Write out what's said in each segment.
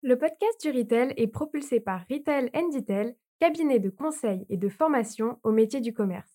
Le podcast du Retail est propulsé par Retail & Detail, cabinet de conseil et de formation au métier du commerce.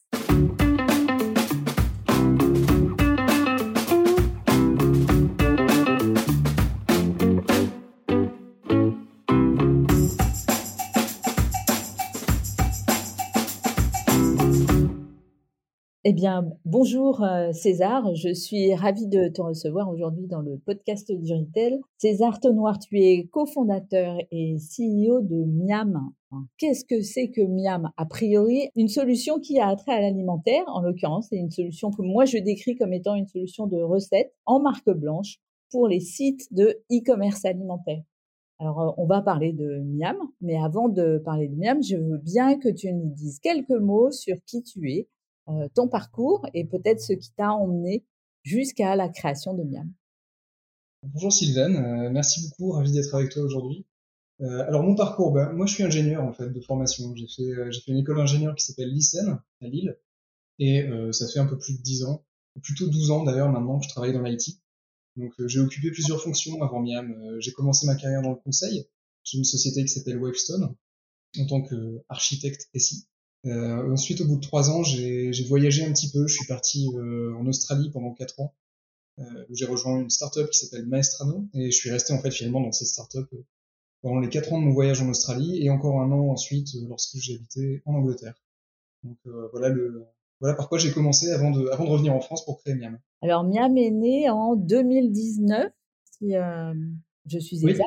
Eh bien, bonjour César, je suis ravie de te recevoir aujourd'hui dans le podcast du Retail. César Tonnoir, tu es cofondateur et CEO de Miam. Qu'est-ce que c'est que Miam? A priori, une solution qui a trait à l'alimentaire, en l'occurrence, c'est une solution que moi je décris comme étant une solution de recette en marque blanche pour les sites de e-commerce alimentaire. Alors, on va parler de Miam, mais avant de parler de Miam, je veux bien que tu nous dises quelques mots sur qui tu es, ton parcours et peut-être ce qui t'a emmené jusqu'à la création de Miam. Bonjour Sylvaine, merci beaucoup, ravi d'être avec toi aujourd'hui. Alors mon parcours, moi je suis ingénieur en fait de formation. J'ai fait une école d'ingénieur qui s'appelle l'ICEN à Lille et ça fait un peu plus de 10 ans, ou plutôt 12 ans d'ailleurs maintenant que je travaille dans l'IT. Donc j'ai occupé plusieurs fonctions avant Miam. J'ai commencé ma carrière dans le conseil. J'ai une société qui s'appelle Wavestone en tant qu'architecte SI. Ensuite, au bout de 3 ans, j'ai voyagé un petit peu. Je suis parti en Australie pendant 4 ans où j'ai rejoint une startup qui s'appelle Maestrano et je suis resté en fait finalement dans cette startup pendant les 4 ans de mon voyage en Australie et encore un an ensuite lorsque j'ai habité en Angleterre. Donc voilà par quoi j'ai commencé avant de revenir en France pour créer Miam. Alors Miam est né en 2019, si je suis Oui, exacte.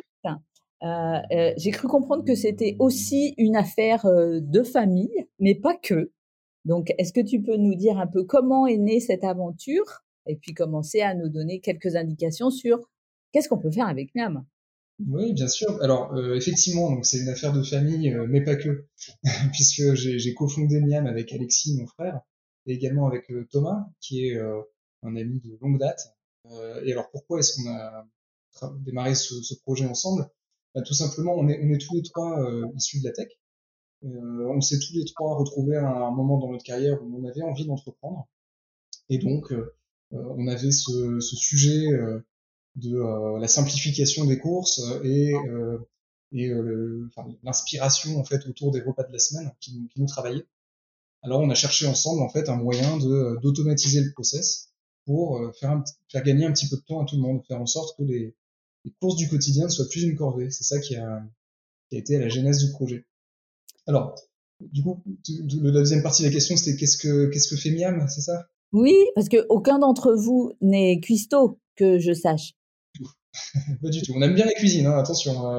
J'ai cru comprendre que c'était aussi une affaire de famille, mais pas que. Donc, est-ce que tu peux nous dire un peu comment est née cette aventure et puis commencer à nous donner quelques indications sur qu'est-ce qu'on peut faire avec Miam? oui, bien sûr. Alors effectivement, donc c'est une affaire de famille, mais pas que, puisque j'ai cofondé Miam avec Alexis, mon frère, et également avec Thomas, qui est un ami de longue date. Et alors pourquoi est-ce qu'on a démarré ce projet ensemble? Tout simplement, on est tous les trois issus de la tech. On s'est tous les trois retrouvés à un moment dans notre carrière où on avait envie d'entreprendre. Et donc, on avait ce sujet de la simplification des courses et l'inspiration en fait autour des repas de la semaine qui nous travaillait. Alors, on a cherché ensemble en fait un moyen d'automatiser le process pour faire gagner un petit peu de temps à tout le monde, faire en sorte que les courses du quotidien ne soient plus une corvée. C'est ça qui a été à la genèse du projet. Alors, du coup, la deuxième partie de la question, c'était qu'est-ce que fait Miam, c'est ça? Oui, parce que aucun d'entre vous n'est cuistot, que je sache. Pas du tout. On aime bien la cuisine, hein, attention.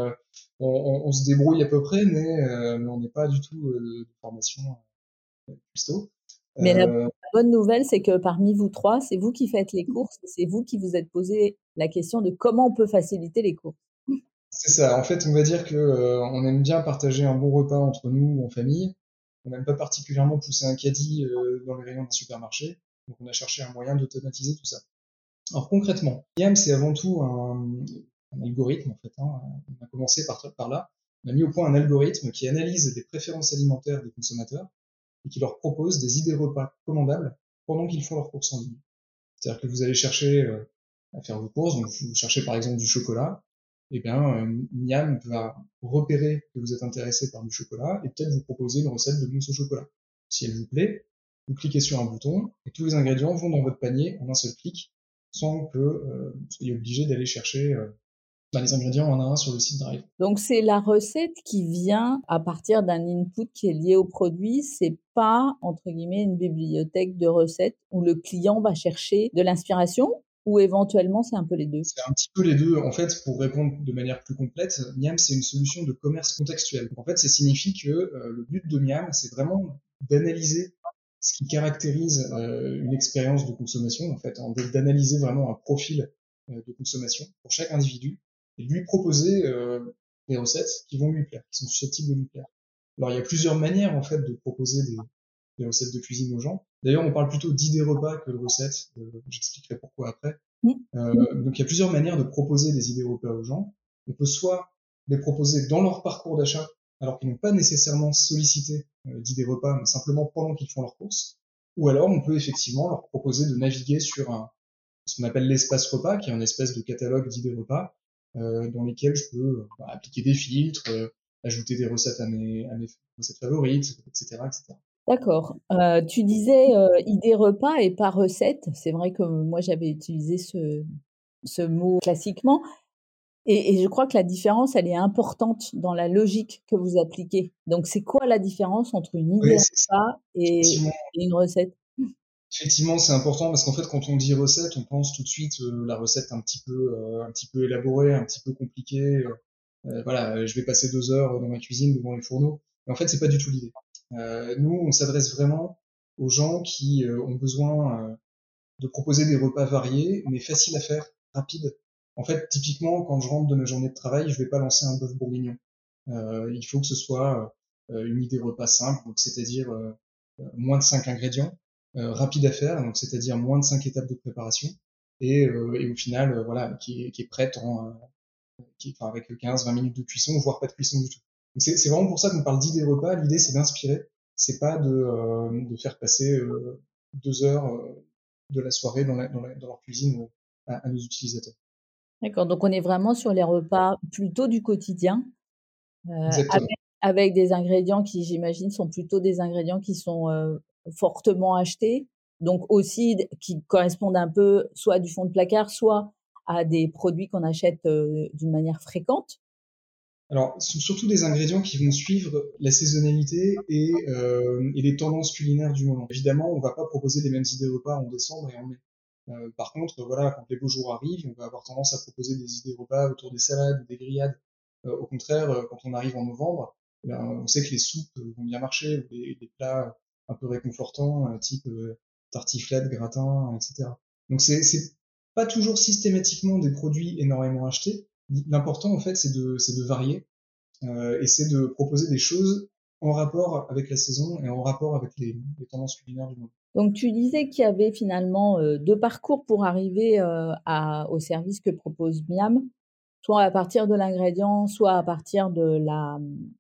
On se débrouille à peu près, mais on n'est pas du tout de formation cuistot. Mais la Euh, bonne nouvelle, c'est que parmi vous trois, c'est vous qui faites les courses, c'est vous qui vous êtes posé la question de comment on peut faciliter les courses. c'est ça. En fait, on va dire que on aime bien partager un bon repas entre nous en famille. On n'aime pas particulièrement pousser un caddie dans les rayons d'un supermarché. Donc, on a cherché un moyen d'automatiser tout ça. Alors concrètement, Miam, c'est avant tout un algorithme en fait. Hein. On a commencé par là. On a mis au point un algorithme qui analyse les préférences alimentaires des consommateurs et qui leur propose des idées repas commandables pendant qu'ils font leurs courses en ligne. C'est-à-dire que vous allez chercher à faire vos courses, donc vous cherchez par exemple du chocolat, et bien Miam va repérer que vous êtes intéressé par du chocolat et peut-être vous proposer une recette de mousse au chocolat. Si elle vous plaît, vous cliquez sur un bouton et tous les ingrédients vont dans votre panier en un seul clic, sans que vous soyez obligé d'aller chercher les ingrédients un à un sur le site Drive. Donc, c'est la recette qui vient à partir d'un input qui est lié au produit. C'est pas, entre guillemets, une bibliothèque de recettes où le client va chercher de l'inspiration ou éventuellement c'est un peu les deux. C'est un petit peu les deux. En fait, pour répondre de manière plus complète, Miam, c'est une solution de commerce contextuel. En fait, ça signifie que le but de Miam, c'est vraiment d'analyser ce qui caractérise une expérience de consommation, en fait, hein, d'analyser vraiment un profil de consommation pour chaque individu et de lui proposer des recettes qui vont lui plaire, qui sont susceptibles de lui plaire. Alors, il y a plusieurs manières, en fait, de proposer des recettes de cuisine aux gens. D'ailleurs, on parle plutôt d'idées repas que de recettes. J'expliquerai pourquoi après. Mmh. Donc il y a plusieurs manières de proposer des idées repas aux gens. On peut soit les proposer dans leur parcours d'achat, alors qu'ils n'ont pas nécessairement sollicité d'idées repas, mais simplement pendant qu'ils font leurs courses. Ou alors on peut effectivement leur proposer de naviguer sur ce qu'on appelle l'espace repas, qui est un espèce de catalogue d'idées repas, dans lesquels je peux appliquer des filtres, ajouter des recettes à mes recettes favorites, etc., etc. D'accord. Tu disais, idée repas et pas recette. C'est vrai que moi j'avais utilisé ce mot classiquement et je crois que la différence, elle est importante dans la logique que vous appliquez. Donc c'est quoi la différence entre une idée Oui, repas effectivement, et une recette? effectivement, c'est important parce qu'en fait, quand on dit recette, on pense tout de suite la recette un petit peu élaborée, un petit peu compliquée. Voilà, je vais passer 2 heures dans ma cuisine devant les fourneaux. Mais en fait, c'est pas du tout l'idée. Nous, on s'adresse vraiment aux gens qui ont besoin de proposer des repas variés, mais faciles à faire, rapides. En fait, typiquement, quand je rentre de ma journée de travail, je vais pas lancer un bœuf bourguignon. Il faut que ce soit une idée repas simple, donc c'est-à-dire moins de 5 ingrédients, rapide à faire, donc c'est-à-dire moins de 5 étapes de préparation, et au final, voilà, qui est prête enfin, avec 15-20 minutes de cuisson, voire pas de cuisson du tout. Donc c'est vraiment pour ça qu'on parle d'idée repas. L'idée, c'est d'inspirer, c'est pas de faire passer 2 heures de la soirée dans leur cuisine à nos utilisateurs. D'accord, donc on est vraiment sur les repas plutôt du quotidien, Exactement. avec des ingrédients qui, j'imagine, sont plutôt des ingrédients qui sont, fortement achetés, donc aussi qui correspondent un peu soit à du fond de placard, soit à des produits qu'on achète, d'une manière fréquente? Alors, ce sont surtout des ingrédients qui vont suivre la saisonnalité et les tendances culinaires du moment. Évidemment, on va pas proposer les mêmes idées repas en décembre et en mai. Par contre, voilà, quand les beaux jours arrivent, on va avoir tendance à proposer des idées repas autour des salades ou des grillades. Au contraire, quand on arrive en novembre, on sait que les soupes vont bien marcher, ou des plats un peu réconfortants, type tartiflette, gratin, etc. Donc c'est pas toujours systématiquement des produits énormément achetés. L'important en fait, c'est de varier et c'est de proposer des choses en rapport avec la saison et en rapport avec les tendances culinaires du moment. Donc tu disais qu'il y avait finalement, 2 parcours pour arriver, au service que propose Miam, soit à partir de l'ingrédient, soit à partir de la,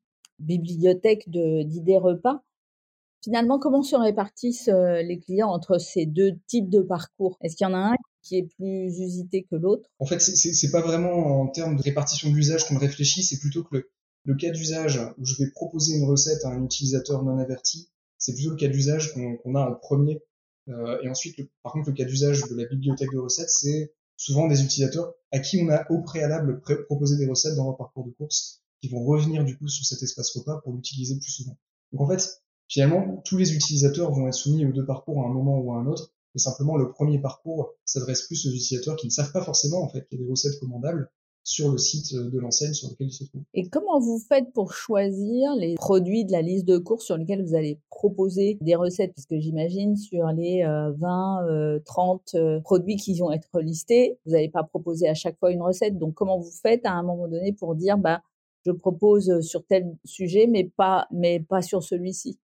bibliothèque d'idées repas. Finalement, comment se répartissent, les clients entre ces 2 types de parcours? Est-ce qu'il y en a un qui est plus usité que l'autre? En fait, c'est pas vraiment en termes de répartition d'usage qu'on réfléchit, c'est plutôt que le cas d'usage où je vais proposer une recette à un utilisateur non averti, c'est plutôt le cas d'usage qu'on a en premier. Et ensuite, par contre, le cas d'usage de la bibliothèque de recettes, c'est souvent des utilisateurs à qui on a au préalable proposé des recettes dans leur parcours de course, qui vont revenir du coup sur cet espace repas pour l'utiliser plus souvent. Donc en fait, finalement, tous les utilisateurs vont être soumis aux deux parcours à un moment ou à un autre. Et simplement, le premier parcours s'adresse plus aux utilisateurs qui ne savent pas forcément en fait qu'il y a des recettes commandables sur le site de l'enseigne sur lequel ils se trouvent. Et comment vous faites pour choisir les produits de la liste de courses sur lesquels vous allez proposer des recettes? Puisque j'imagine sur les, 20, 30, produits qui vont être listés, vous n'allez pas proposer à chaque fois une recette. Donc comment vous faites à un moment donné pour dire: «Bah, je propose, sur tel sujet, mais pas sur celui-ci»?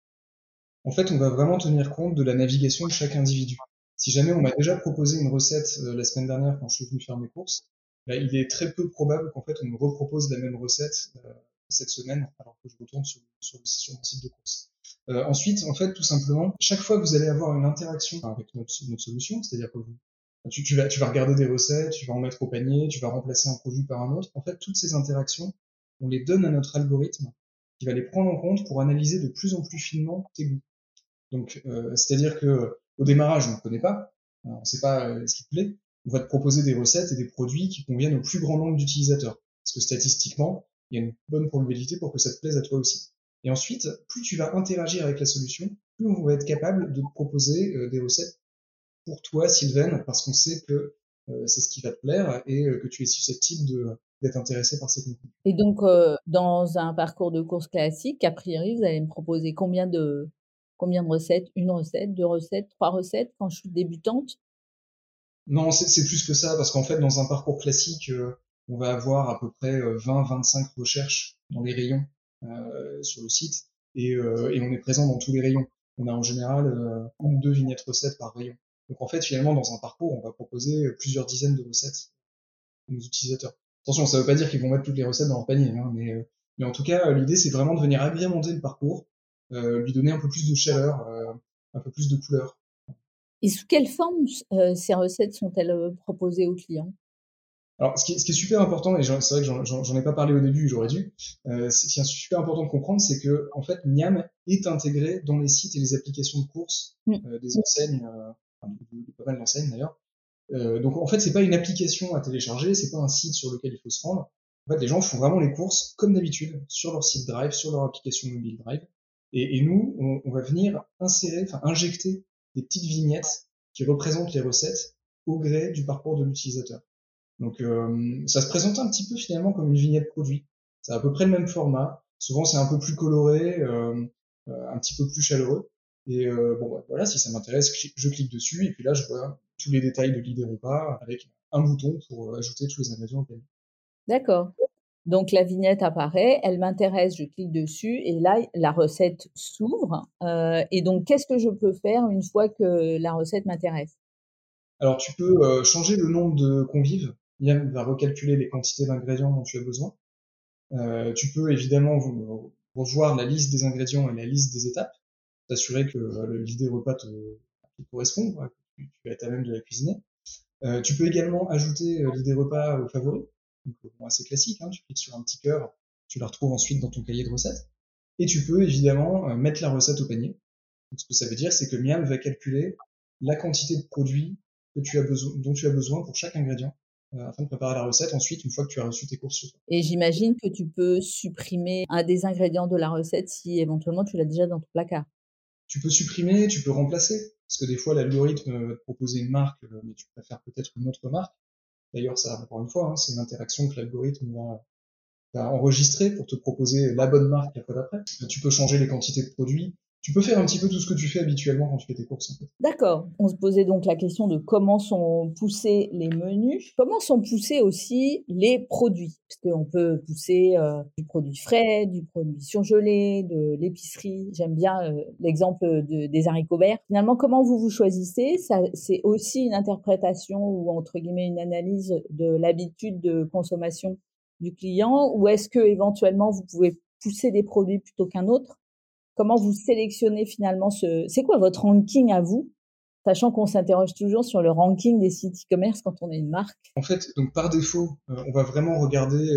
En fait, on va vraiment tenir compte de la navigation de chaque individu. Si jamais on m'a déjà proposé une recette la semaine dernière quand je suis venu faire mes courses, bah, il est très peu probable qu'en fait on me repropose la même recette cette semaine alors que je retourne sur mon site de course. Ensuite, en fait, tout simplement, chaque fois que vous allez avoir une interaction avec notre solution, c'est-à-dire que tu vas regarder des recettes, tu vas en mettre au panier, tu vas remplacer un produit par un autre. En fait, toutes ces interactions, on les donne à notre algorithme qui va les prendre en compte pour analyser de plus en plus finement tes goûts. Donc, c'est-à-dire que au démarrage, on ne connaît pas, on ne sait pas ce qui te plaît. On va te proposer des recettes et des produits qui conviennent au plus grand nombre d'utilisateurs. Parce que statistiquement, il y a une bonne probabilité pour que ça te plaise à toi aussi. Et ensuite, plus tu vas interagir avec la solution, plus on va être capable de te proposer des recettes pour toi, Sylvaine, parce qu'on sait que c'est ce qui va te plaire et que tu es susceptible d'être intéressé par ces contenus. Et donc, dans un parcours de course classique, a priori, vous allez me proposer combien de recettes? 1 recette, 2 recettes, 3 recettes quand je suis débutante? Non, c'est plus que ça, parce qu'en fait, dans un parcours classique, on va avoir à peu près 20-25 recherches dans les rayons sur le site, et on est présent dans tous les rayons. On a en général une ou deux vignettes recettes par rayon. Donc en fait, finalement, dans un parcours, on va proposer plusieurs dizaines de recettes à nos utilisateurs. Attention, ça ne veut pas dire qu'ils vont mettre toutes les recettes dans leur panier, hein, mais en tout cas, l'idée, c'est vraiment de venir agrémenter le parcours, lui donner un peu plus de chaleur, un peu plus de couleur. Et sous quelle forme ces recettes sont-elles, proposées aux clients? Alors, ce qui est super important, et c'est vrai que j'en ai pas parlé au début, j'aurais dû, ce qui est super important de comprendre, c'est que, en fait, Miam est intégré dans les sites et les applications de courses des enseignes, enfin, de pas mal d'enseignes d'ailleurs. Donc, en fait, c'est pas une application à télécharger, c'est pas un site sur lequel il faut se rendre. En fait, les gens font vraiment les courses comme d'habitude sur leur site Drive, sur leur application mobile Drive. Et nous, on va venir injecter des petites vignettes qui représentent les recettes au gré du parcours de l'utilisateur. Donc ça se présente un petit peu finalement comme une vignette produit. C'est à peu près le même format. Souvent c'est un peu plus coloré, un petit peu plus chaleureux. Et bon bah, voilà, si ça m'intéresse, je clique dessus et puis là je vois tous les détails de l'idée repas avec un bouton pour ajouter tous les ingrédients au panier. D'accord. Donc la vignette apparaît, elle m'intéresse, je clique dessus et là, la recette s'ouvre. Et donc, qu'est-ce que je peux faire une fois que la recette m'intéresse? Alors tu peux changer le nombre de convives. Yann va recalculer les quantités d'ingrédients dont tu as besoin. Tu peux évidemment revoir la liste des ingrédients et la liste des étapes, t'assurer que l'idée repas te correspond, quoi, que tu vas être à même de la cuisiner. Tu peux également ajouter l'idée repas aux favoris, donc bon, assez classique, hein, tu cliques sur un petit cœur, tu la retrouves ensuite dans ton cahier de recettes. Et tu peux évidemment mettre la recette au panier. Donc, ce que ça veut dire, c'est que Miam va calculer la quantité de produits dont tu as besoin pour chaque ingrédient, afin de préparer la recette ensuite, une fois que tu as reçu tes courses chez toi. Et j'imagine que tu peux supprimer un des ingrédients de la recette si éventuellement tu l'as déjà dans ton placard. Tu peux supprimer, tu peux remplacer, parce que des fois l'algorithme va te proposer une marque, mais tu préfères peut-être une autre marque. D'ailleurs, ça, encore une fois, hein, c'est une interaction que l'algorithme va enregistrer pour te proposer la bonne marque la fois d'après. Tu peux changer les quantités de produits. Tu peux faire un petit peu tout ce que tu fais habituellement quand tu fais tes courses, en fait. D'accord. On se posait donc la question de comment sont poussés les menus, comment sont poussés aussi les produits? Parce qu'on peut pousser, du produit frais, du produit surgelé, de l'épicerie. J'aime bien, l'exemple des haricots verts. Finalement, comment vous vous choisissez? Ça, c'est aussi une interprétation ou entre guillemets «une analyse» de l'habitude de consommation du client? Ou est-ce qu'éventuellement vous pouvez pousser des produits plutôt qu'un autre? Comment vous sélectionnez finalement c'est quoi votre ranking à vous? Sachant qu'on s'interroge toujours sur le ranking des sites e-commerce quand on est une marque. En fait, donc par défaut, on va vraiment regarder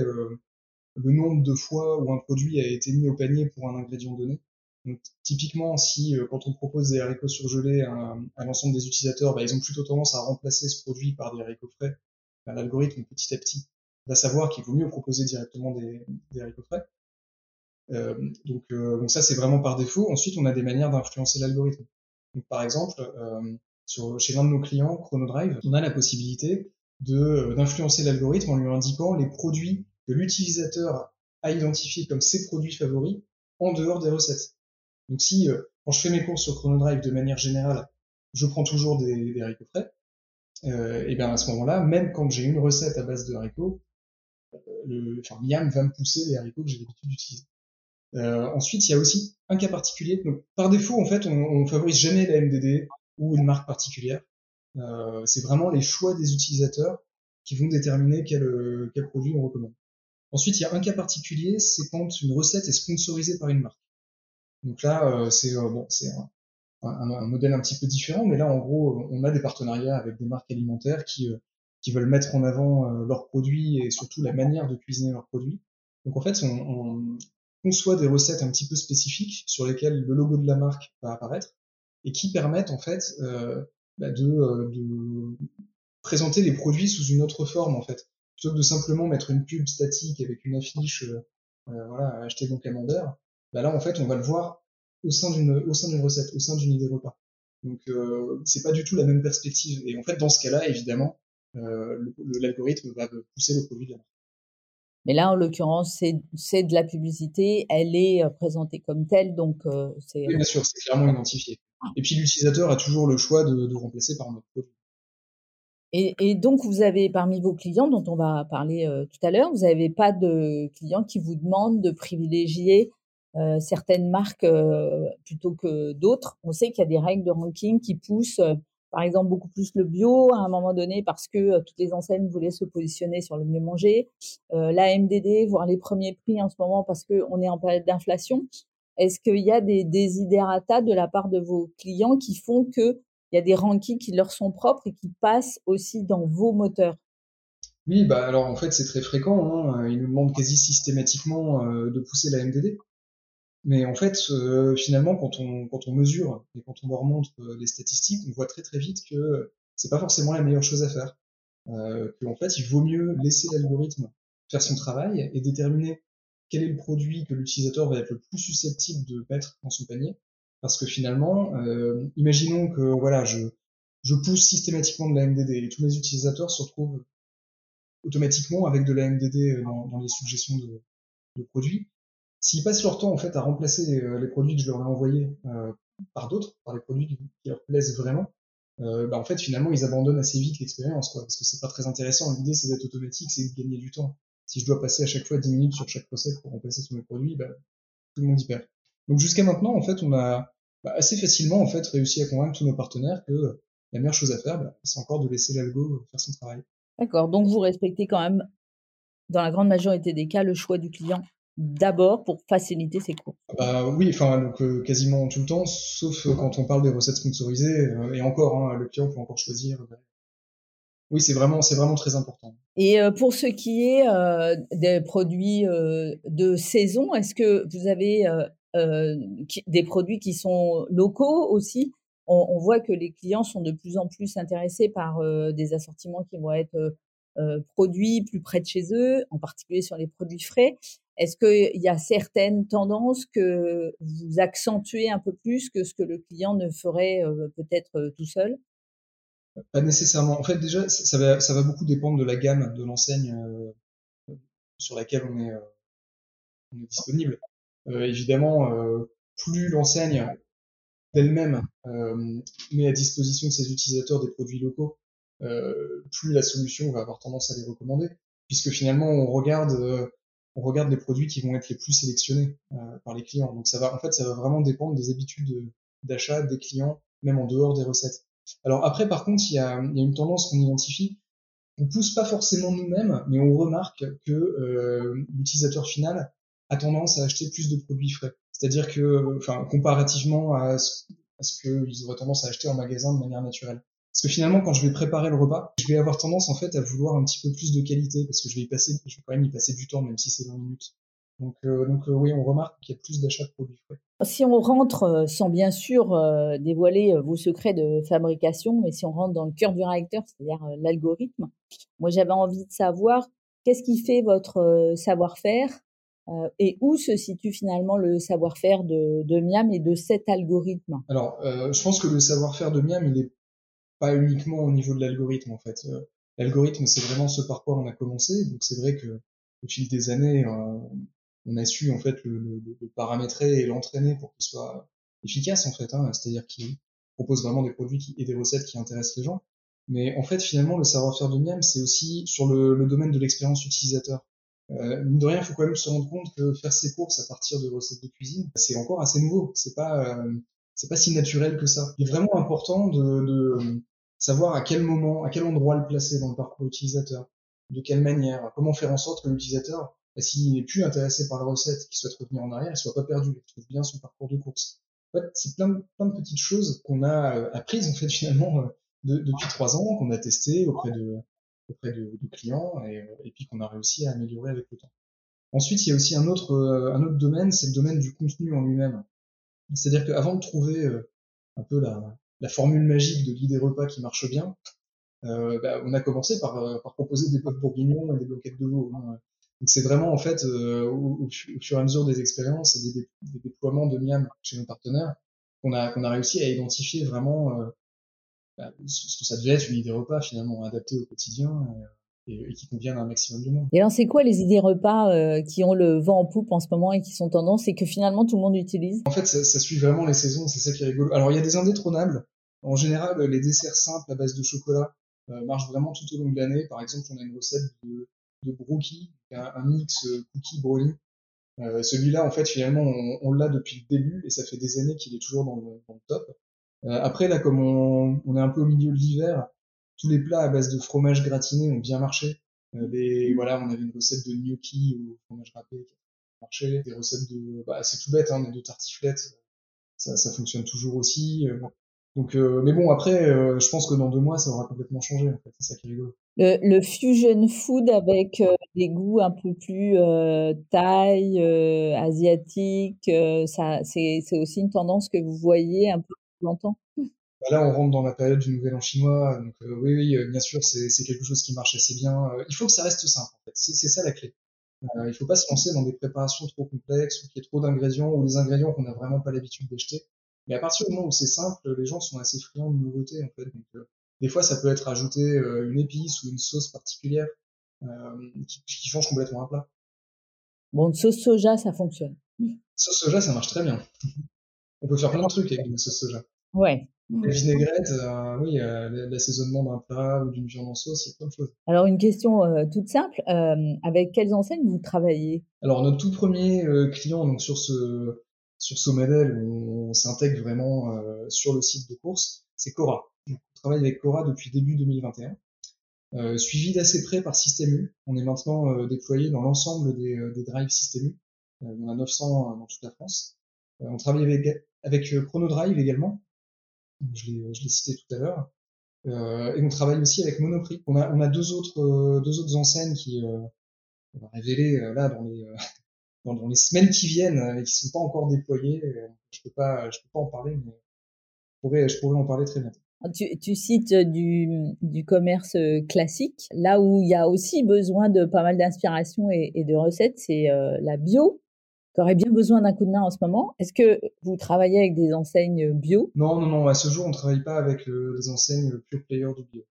le nombre de fois où un produit a été mis au panier pour un ingrédient donné. Donc typiquement, si quand on propose des haricots surgelés à l'ensemble des utilisateurs, bah, ils ont plutôt tendance à remplacer ce produit par des haricots frais, bah, l'algorithme petit à petit va savoir qu'il vaut mieux proposer directement des haricots frais. Donc ça c'est vraiment par défaut. Ensuite, on a des manières d'influencer l'algorithme. Donc par exemple, chez l'un de nos clients, Chronodrive, on a la possibilité d'influencer l'algorithme en lui indiquant les produits que l'utilisateur a identifiés comme ses produits favoris en dehors des recettes. Donc si quand je fais mes courses sur Chronodrive de manière générale, je prends toujours des haricots frais, et bien à ce moment-là, même quand j'ai une recette à base de haricots, Miam va me pousser les haricots que j'ai l'habitude d'utiliser. Ensuite, il y a aussi un cas particulier. Donc, par défaut, en fait, on favorise jamais la MDD ou une marque particulière. C'est vraiment les choix des utilisateurs qui vont déterminer quel produit on recommande. Ensuite, il y a un cas particulier, c'est quand une recette est sponsorisée par une marque. Donc là, c'est un modèle un petit peu différent, mais là, en gros, on a des partenariats avec des marques alimentaires qui veulent mettre en avant leurs produits et surtout la manière de cuisiner leurs produits. Donc en fait, on conçoit des recettes un petit peu spécifiques sur lesquelles le logo de la marque va apparaître et qui permettent en fait de présenter les produits sous une autre forme en fait. Plutôt que de simplement mettre une pub statique avec une affiche, voilà, acheter mon camembert, bah là en fait on va le voir au sein d'une recette, au sein d'une idée repas. Donc c'est pas du tout la même perspective. Et en fait dans ce cas-là, évidemment, l'algorithme va pousser le produit de la marque. Mais là, en l'occurrence, c'est de la publicité, elle est, présentée comme telle, donc c'est Oui, bien sûr, c'est clairement identifié. Et puis l'utilisateur a toujours le choix de remplacer par un autre produit. et donc vous avez parmi vos clients dont on va parler, tout à l'heure, vous avez pas de clients qui vous demandent de privilégier, certaines marques, plutôt que d'autres? On sait qu'il y a des règles de ranking qui poussent, par exemple, beaucoup plus le bio à un moment donné parce que, toutes les enseignes voulaient se positionner sur le mieux manger. La MDD, voire les premiers prix en ce moment parce qu'on est en période d'inflation. Est-ce qu'il y a des desiderata de la part de vos clients qui font qu'il y a des rankings qui leur sont propres et qui passent aussi dans vos moteurs? Oui, bah alors en fait c'est très fréquent, hein. Ils nous demandent quasi systématiquement de pousser la MDD. Mais en fait, finalement, quand on mesure et quand on leur montre les statistiques, on voit très très vite que c'est pas forcément la meilleure chose à faire. Qu'en fait, il vaut mieux laisser l'algorithme faire son travail et déterminer quel est le produit que l'utilisateur va être le plus susceptible de mettre dans son panier. Parce que finalement, imaginons que voilà, je pousse systématiquement de la MDD et tous mes utilisateurs se retrouvent automatiquement avec de la MDD dans les suggestions de produits. S'ils passent leur temps en fait à remplacer les produits que je leur ai envoyés par d'autres, par les produits qui leur plaisent vraiment, bah en fait finalement ils abandonnent assez vite l'expérience quoi, parce que c'est pas très intéressant. L'idée c'est d'être automatique, c'est de gagner du temps. Si je dois passer à chaque fois 10 minutes sur chaque recette pour remplacer tous mes produits, bah, tout le monde y perd. Donc jusqu'à maintenant en fait on a assez facilement en fait réussi à convaincre tous nos partenaires que la meilleure chose à faire, bah, c'est encore de laisser l'algo faire son travail. D'accord, donc vous respectez quand même, dans la grande majorité des cas, le choix du client d'abord pour faciliter ses courses. Bah oui, enfin donc quasiment tout le temps, sauf quand on parle des recettes sponsorisées, et encore, hein, le client peut encore choisir. Oui, c'est vraiment très important. Et pour ce qui est, des produits, de saison, est-ce que vous avez, des produits qui sont locaux aussi? On voit que les clients sont de plus en plus intéressés par, des assortiments qui vont être, produits plus près de chez eux, en particulier sur les produits frais. Est-ce qu'il y a certaines tendances que vous accentuez un peu plus que ce que le client ne ferait, peut-être, tout seul? Pas nécessairement. En fait, déjà, ça va beaucoup dépendre de la gamme de l'enseigne sur laquelle on est disponible. Évidemment, plus l'enseigne d'elle-même met à disposition de ses utilisateurs des produits locaux, plus la solution va avoir tendance à les recommander, puisque finalement on regarde les produits qui vont être les plus sélectionnés par les clients. Donc ça va vraiment dépendre des habitudes d'achat des clients, même en dehors des recettes. Alors après, par contre, il y a une tendance qu'on identifie. On pousse pas forcément nous-mêmes, mais on remarque que l'utilisateur final a tendance à acheter plus de produits frais. C'est-à-dire que, enfin, comparativement à ce qu'ils auraient tendance à acheter en magasin de manière naturelle. Parce que finalement, quand je vais préparer le repas, je vais avoir tendance en fait à vouloir un petit peu plus de qualité, parce que je vais quand même y passer du temps, même si c'est 20 minutes. Donc oui, on remarque qu'il y a plus d'achats de produits frais. Si on rentre, sans bien sûr, dévoiler, vos secrets de fabrication, mais si on rentre dans le cœur du réacteur, c'est-à-dire, l'algorithme, moi j'avais envie de savoir qu'est-ce qui fait votre, savoir-faire, et où se situe finalement le savoir-faire de Miam et de cet algorithme? Alors, je pense que le savoir-faire de Miam, il est pas uniquement au niveau de l'algorithme en fait. L'algorithme, c'est vraiment ce par quoi on a commencé. Donc c'est vrai que au fil des années, on a su en fait le paramétrer et l'entraîner pour qu'il soit efficace en fait. Hein, c'est-à-dire qu'il propose vraiment des produits et des recettes qui intéressent les gens. Mais en fait, finalement, le savoir-faire de Miam, c'est aussi sur le domaine de l'expérience utilisateur. Mine de rien, il faut quand même se rendre compte que faire ses courses à partir de recettes de cuisine, c'est encore assez nouveau. C'est pas si naturel que ça. Il est vraiment important de savoir à quel moment, à quel endroit le placer dans le parcours utilisateur, de quelle manière, comment faire en sorte que l'utilisateur, s'il n'est plus intéressé par la recette, qu'il souhaite revenir en arrière, il soit pas perdu, qu'il trouve bien son parcours de course. En fait, c'est plein de petites choses qu'on a apprises en fait finalement depuis 3 ans, qu'on a testé auprès de clients et puis qu'on a réussi à améliorer avec le temps. Ensuite, il y a aussi un autre domaine, c'est le domaine du contenu en lui-même. C'est-à-dire qu'avant de trouver un peu la formule magique de guider repas qui marche bien, bah, on a commencé par proposer des bœufs bourguignons et des blanquettes de veau. Hein. Donc c'est vraiment en fait au fur et à mesure des expériences et des déploiements de Miam chez nos partenaires qu'on a réussi à identifier vraiment ce que ça devait être une idée repas finalement adaptée au quotidien et qui convienne à un maximum de monde. Et alors c'est quoi les idées repas, qui ont le vent en poupe en ce moment et qui sont tendance et que finalement tout le monde utilise? En fait, ça suit vraiment les saisons, c'est ça qui est rigolo. Alors il y a des indétrônables. En général, les desserts simples à base de chocolat marchent vraiment tout au long de l'année. Par exemple, on a une recette de brookie, un mix cookie brownie. Celui-là, en fait, finalement, on l'a depuis le début et ça fait des années qu'il est toujours dans le top. Après, là, comme on est un peu au milieu de l'hiver, tous les plats à base de fromage gratiné ont bien marché. Voilà, on avait une recette de gnocchi au fromage râpé qui a marché, des recettes c'est tout bête, hein, mais de tartiflettes, ça fonctionne toujours aussi. Bon. Donc, mais bon, après, je pense que dans 2 mois, ça aura complètement changé. En fait, c'est ça qui est rigolo. Le fusion food avec des goûts un peu plus thaï, asiatique, ça c'est aussi une tendance que vous voyez un peu longtemps? Bah là, on rentre dans la période du Nouvel An chinois, donc oui, oui, bien sûr, c'est quelque chose qui marche assez bien. Il faut que ça reste simple, en fait. C'est ça la clé. Il faut pas se lancer dans des préparations trop complexes ou qu'il y ait trop d'ingrédients ou des ingrédients qu'on n'a vraiment pas l'habitude d'acheter. Mais à partir du moment où c'est simple, les gens sont assez friands de nouveautés, en fait. Donc, des fois, ça peut être ajouter une épice ou une sauce particulière qui change complètement un plat. Bon, une sauce soja, ça fonctionne. Sauce soja, ça marche très bien. On peut faire plein de trucs avec une sauce soja. Ouais. La vinaigrette, oui, l'assaisonnement d'un plat ou d'une viande en sauce, il y a plein de choses. Alors une question toute simple, avec quelles enseignes vous travaillez? Alors notre tout premier client donc sur ce modèle où on s'intègre vraiment sur le site de course, c'est Cora. Donc, on travaille avec Cora depuis début 2021, suivi d'assez près par Système U. On est maintenant déployé dans l'ensemble des drives Système U. Il y en a 900 dans toute la France. On travaille avec Chronodrive également. Je l'ai cité tout à l'heure. Et on travaille aussi avec Monoprix. On a deux autres enseignes qui on va révéler là dans les semaines qui viennent et qui sont pas encore déployées. Je peux pas en parler, mais je pourrais en parler très bientôt. Tu cites du commerce classique. Là où il y a aussi besoin de pas mal d'inspiration et de recettes, c'est la bio, qui aurait bien besoin d'un coup de main en ce moment. Est-ce que vous travaillez avec des enseignes bio? Non, non, non. À ce jour, on travaille pas avec des enseignes pure player du bio.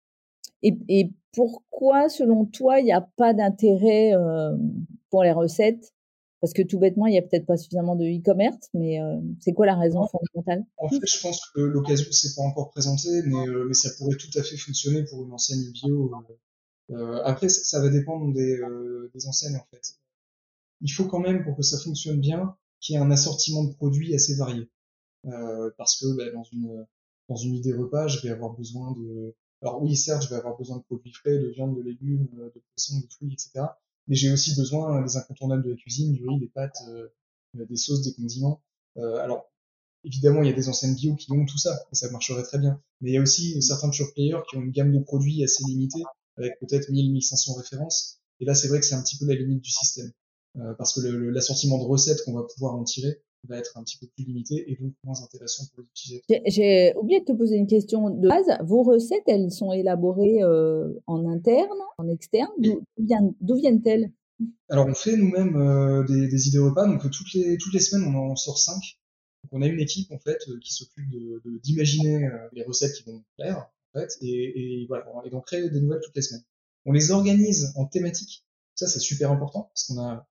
Et pourquoi, selon toi, il n'y a pas d'intérêt pour les recettes? Parce que tout bêtement, il y a peut-être pas suffisamment de e-commerce, mais c'est quoi la raison fondamentale? En fait, je pense que l'occasion s'est pas encore présentée, mais ça pourrait tout à fait fonctionner pour une enseigne bio. Après, ça va dépendre des enseignes en fait. Il faut quand même, pour que ça fonctionne bien, qu'il y ait un assortiment de produits assez varié. Parce que bah, dans une idée repas, je vais avoir besoin de... Alors oui, certes, je vais avoir besoin de produits frais, de viande, de légumes, de poissons, de fruits, etc. Mais j'ai aussi besoin des incontournables de la cuisine, du riz, des pâtes, des sauces, des condiments. Alors, évidemment, il y a des enseignes bio qui ont tout ça, et ça marcherait très bien. Mais il y a aussi certains pure players qui ont une gamme de produits assez limitée, avec peut-être 1000-1500 références. Et là, c'est vrai que c'est un petit peu la limite du système. Parce que l'assortiment de recettes qu'on va pouvoir en tirer va être un petit peu plus limité et donc moins intéressant pour les utilisateurs. J'ai oublié de te poser une question de base. Vos recettes, elles sont élaborées en interne, en externe? D'où viennent-elles? Alors on fait nous-mêmes des idées repas, donc toutes les semaines on en sort 5. Donc on a une équipe en fait qui s'occupe d'imaginer les recettes qui vont nous plaire en fait, et voilà, et d'en créer des nouvelles toutes les semaines. On les organise en thématiques. Ça c'est super important parce qu'on a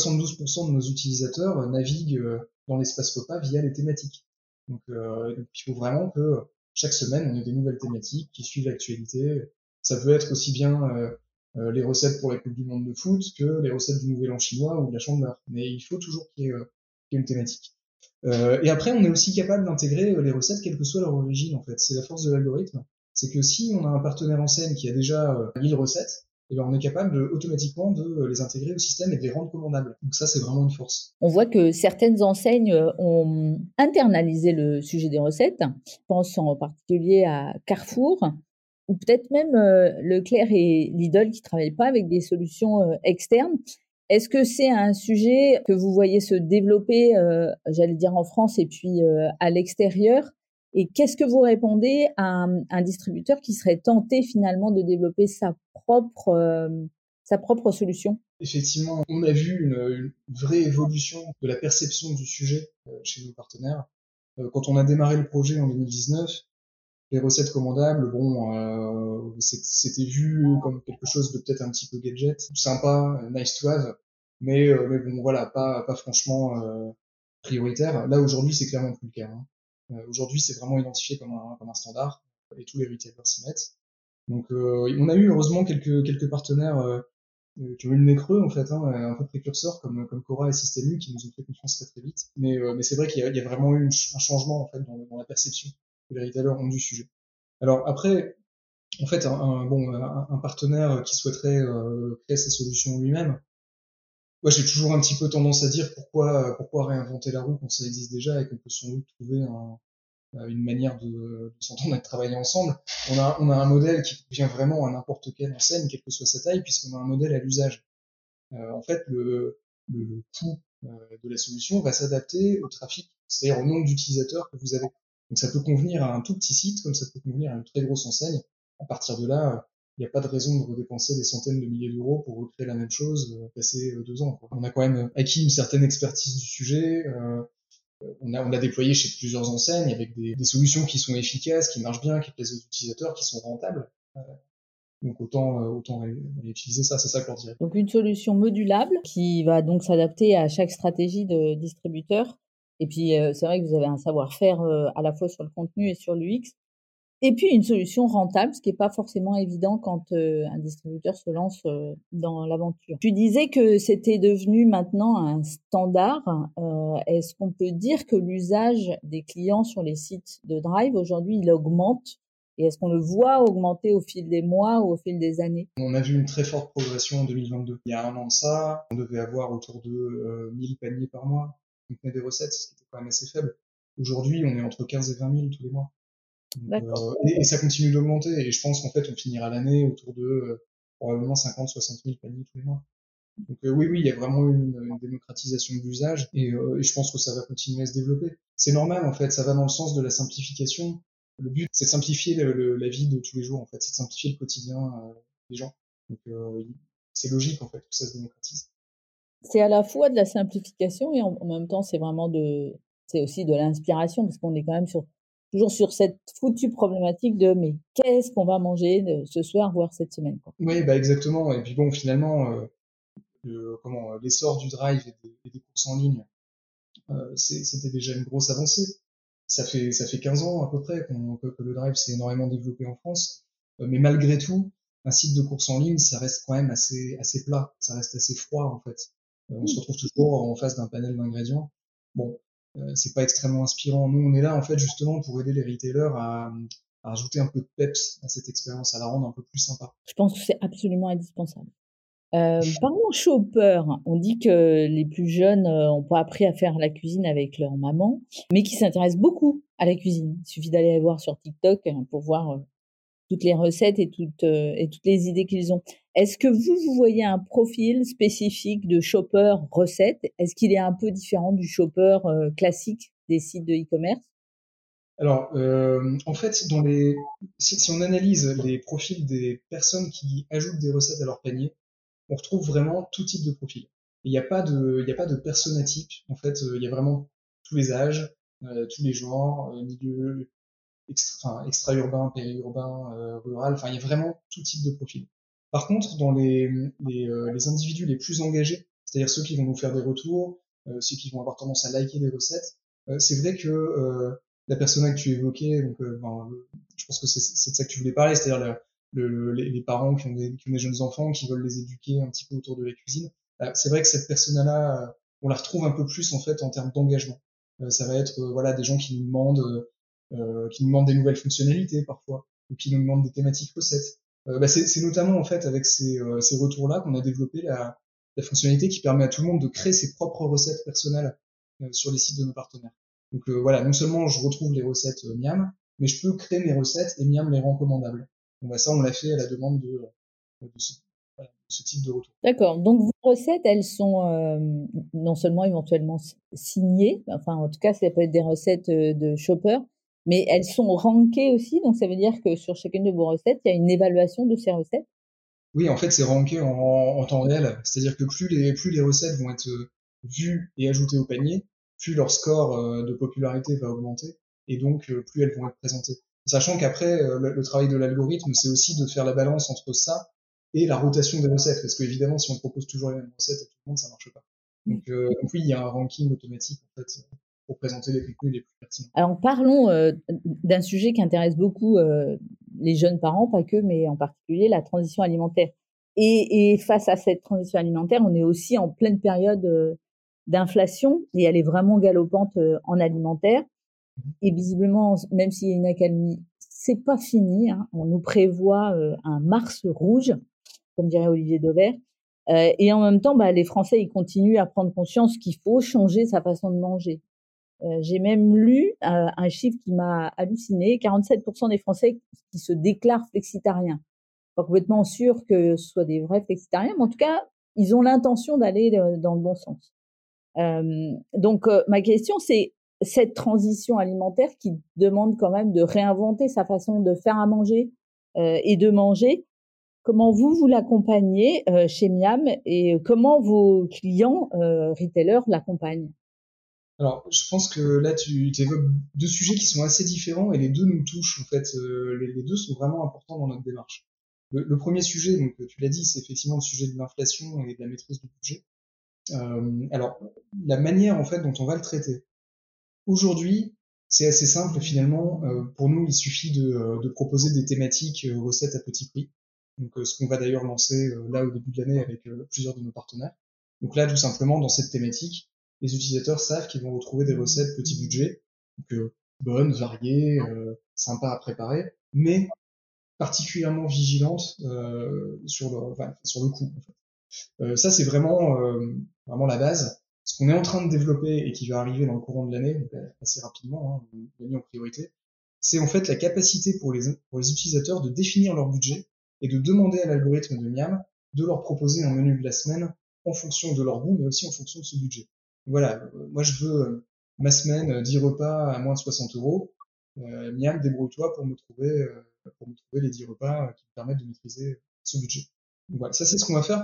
72% de nos utilisateurs naviguent dans l'espace repas via les thématiques. Donc il faut vraiment que chaque semaine on ait des nouvelles thématiques qui suivent l'actualité. Ça peut être aussi bien les recettes pour la Coupe du Monde de foot que les recettes du Nouvel An chinois ou de la Chandeleur. Mais il faut toujours qu'il y ait une thématique. Et après, on est aussi capable d'intégrer les recettes, quelle que soit leur origine, en fait. C'est la force de l'algorithme. C'est que si on a un partenaire enseigne qui a déjà 1000 recettes, et ben on est capable automatiquement de les intégrer au système et de les rendre commandables. Donc ça, c'est vraiment une force. On voit que certaines enseignes ont internalisé le sujet des recettes. Je pense en particulier à Carrefour ou peut-être même Leclerc et Lidl qui travaillent pas avec des solutions externes. Est-ce que c'est un sujet que vous voyez se développer, j'allais dire en France et puis à l'extérieur? Et qu'est-ce que vous répondez à un distributeur qui serait tenté finalement de développer sa propre solution? Effectivement, on a vu une vraie évolution de la perception du sujet chez nos partenaires. Quand on a démarré le projet en 2019, les recettes commandables, bon, c'était vu comme quelque chose de peut-être un petit peu gadget, sympa, nice to have, mais bon, voilà, pas franchement prioritaire. Là, aujourd'hui, c'est clairement plus le cas. Hein. Aujourd'hui, c'est vraiment identifié comme un standard, et tous les retailers s'y mettent. Donc, on a eu heureusement quelques partenaires qui ont eu le nez creux, en fait, hein, un peu précurseurs, comme Cora et Système U, qui nous ont fait confiance très très vite. Mais c'est vrai qu'il y a vraiment eu un changement, en fait, dans la perception que les retailers ont du sujet. Alors après, en fait, un partenaire qui souhaiterait créer sa solution lui-même, moi j'ai toujours un petit peu tendance à dire pourquoi réinventer la roue quand ça existe déjà et qu'on peut sans doute trouver une manière de s'entendre et de travailler ensemble. On a un modèle qui convient vraiment à n'importe quelle enseigne, quelle que soit sa taille, puisqu'on a un modèle à l'usage. En fait, le coût de la solution va s'adapter au trafic, c'est-à-dire au nombre d'utilisateurs que vous avez. Donc ça peut convenir à un tout petit site, comme ça peut convenir à une très grosse enseigne. À partir de là, il n'y a pas de raison de redépenser des centaines de milliers d'euros pour recréer la même chose, passer 2 ans, quoi. On a quand même acquis une certaine expertise du sujet. On a déployé chez plusieurs enseignes avec des solutions qui sont efficaces, qui marchent bien, qui plaisent aux utilisateurs, qui sont rentables. Donc autant réutiliser ça, c'est ça que je leur dirais. Donc une solution modulable qui va donc s'adapter à chaque stratégie de distributeur. Et puis c'est vrai que vous avez un savoir-faire à la fois sur le contenu et sur l'UX. Et puis une solution rentable, ce qui est pas forcément évident quand un distributeur se lance dans l'aventure. Tu disais que c'était devenu maintenant un standard. Est-ce qu'on peut dire que l'usage des clients sur les sites de Drive aujourd'hui, il augmente? Et est-ce qu'on le voit augmenter au fil des mois ou au fil des années? On a vu une très forte progression en 2022. Il y a un an de ça, on devait avoir autour de 1000 paniers par mois qui contenaient des recettes, ce qui était quand même assez faible. Aujourd'hui, on est entre 15 et 20 000 tous les mois. Donc, D'accord. et ça continue d'augmenter. Et je pense qu'en fait, on finira l'année autour de probablement 50-60 000 paniers tous les mois. Donc oui, il y a vraiment eu une démocratisation de l'usage et je pense que ça va continuer à se développer. C'est normal en fait, ça va dans le sens de la simplification. Le but, c'est de simplifier la vie de tous les jours en fait, c'est de simplifier le quotidien des gens. Donc c'est logique en fait que ça se démocratise. C'est à la fois de la simplification et en même temps, c'est aussi de l'inspiration parce qu'on est quand même toujours sur cette foutue problématique de mais qu'est-ce qu'on va manger ce soir, voire cette semaine, quoi. Oui, bah exactement. Et puis bon, finalement, l'essor du drive et des courses en ligne, c'était déjà une grosse avancée. Ça fait 15 ans à peu près que le drive s'est énormément développé en France. Mais malgré tout, un site de course en ligne, ça reste quand même assez plat. Ça reste assez froid, en fait. On se retrouve toujours en face d'un panel d'ingrédients. Bon, c'est pas extrêmement inspirant. Nous, on est là, en fait, justement, pour aider les retailers à rajouter un peu de peps à cette expérience, à la rendre un peu plus sympa. Je pense que c'est absolument indispensable. Parlons Chopper. On dit que les plus jeunes ont pas appris à faire la cuisine avec leur maman, mais qui s'intéressent beaucoup à la cuisine. Il suffit d'aller voir sur TikTok pour voir toutes les recettes et toutes les idées qu'ils ont. Est-ce que vous voyez un profil spécifique de shopper recette? Est-ce qu'il est un peu différent du shopper classique des sites de e-commerce? Alors, en fait, si on analyse les profils des personnes qui ajoutent des recettes à leur panier, on retrouve vraiment tout type de profil. Il y a pas de persona type. En fait, il y a vraiment tous les âges, tous les genres, milieux extra-urbain, périurbain, rural. Enfin, il y a vraiment tout type de profil. Par contre, dans les individus les plus engagés, c'est-à-dire ceux qui vont nous faire des retours, ceux qui vont avoir tendance à liker les recettes, c'est vrai que la persona que tu évoquais, donc, je pense que c'est de ça que tu voulais parler, c'est-à-dire les parents qui ont des jeunes enfants, qui veulent les éduquer un petit peu autour de la cuisine. C'est vrai que cette persona-là, on la retrouve un peu plus en fait en termes d'engagement. Ça va être voilà des gens qui nous demandent des nouvelles fonctionnalités parfois, ou qui nous demandent des thématiques recettes. C'est notamment en fait avec ces retours-là qu'on a développé la fonctionnalité qui permet à tout le monde de créer ses propres recettes personnelles sur les sites de nos partenaires. Donc voilà, non seulement je retrouve les recettes Miam, mais je peux créer mes recettes et Miam les rend commandables. Donc ça, on l'a fait à la demande de ce type de retour. D'accord. Donc vos recettes, elles sont non seulement éventuellement signées, enfin en tout cas ça peut être des recettes de shopper, mais elles sont rankées aussi. Donc ça veut dire que sur chacune de vos recettes, il y a une évaluation de ces recettes. Oui, en fait, c'est ranké en temps réel. C'est-à-dire que plus les recettes vont être vues et ajoutées au panier, plus leur score de popularité va augmenter et donc plus elles vont être présentées. Sachant qu'après, le travail de l'algorithme, c'est aussi de faire la balance entre ça et la rotation des recettes. Parce qu'évidemment, si on propose toujours les mêmes recettes à tout le monde, ça marche pas. Donc oui, il y a un ranking automatique en fait pour présenter les contenus les plus pertinents. Alors parlons d'un sujet qui intéresse beaucoup les jeunes parents, pas que, mais en particulier la transition alimentaire. Et face à cette transition alimentaire, on est aussi en pleine période d'inflation et elle est vraiment galopante en alimentaire. Et visiblement, même s'il y a une accalmie, c'est pas fini, hein. On nous prévoit un mars rouge, comme dirait Olivier Dauvert. Et en même temps, les Français, ils continuent à prendre conscience qu'il faut changer sa façon de manger. J'ai même lu un chiffre qui m'a halluciné, 47% des Français qui se déclarent flexitariens. Pas complètement sûr que ce soit des vrais flexitariens, mais en tout cas, ils ont l'intention d'aller dans le bon sens. Donc, ma question, c'est cette transition alimentaire qui demande quand même de réinventer sa façon de faire à manger et de manger. Comment vous l'accompagnez chez Miam et comment vos clients retailers l'accompagnent? Alors, je pense que là, tu évoques deux sujets qui sont assez différents et les deux nous touchent, en fait. Les deux sont vraiment importants dans notre démarche. Le premier sujet, donc tu l'as dit, c'est effectivement le sujet de l'inflation et de la maîtrise du budget. Alors, la manière, en fait, dont on va le traiter. Aujourd'hui, c'est assez simple, finalement. Pour nous, il suffit de proposer des thématiques recettes à petit prix. Donc, ce qu'on va d'ailleurs lancer là au début de l'année avec plusieurs de nos partenaires. Donc là, tout simplement, dans cette thématique, les utilisateurs savent qu'ils vont retrouver des recettes petit budget, donc bonnes, variées, sympas à préparer, mais particulièrement vigilantes sur le coût. En fait. Ça, c'est vraiment la base. Ce qu'on est en train de développer et qui va arriver dans le courant de l'année, donc assez rapidement, hein, on l'a mis en priorité, c'est en fait la capacité pour les utilisateurs de définir leur budget et de demander à l'algorithme de Miam de leur proposer un menu de la semaine en fonction de leur goût, mais aussi en fonction de ce budget. Voilà, moi je veux ma semaine 10 repas à moins de 60 euros. Miam, débrouille-toi pour me trouver les 10 repas qui me permettent de maîtriser ce budget. Donc voilà, ça c'est ce qu'on va faire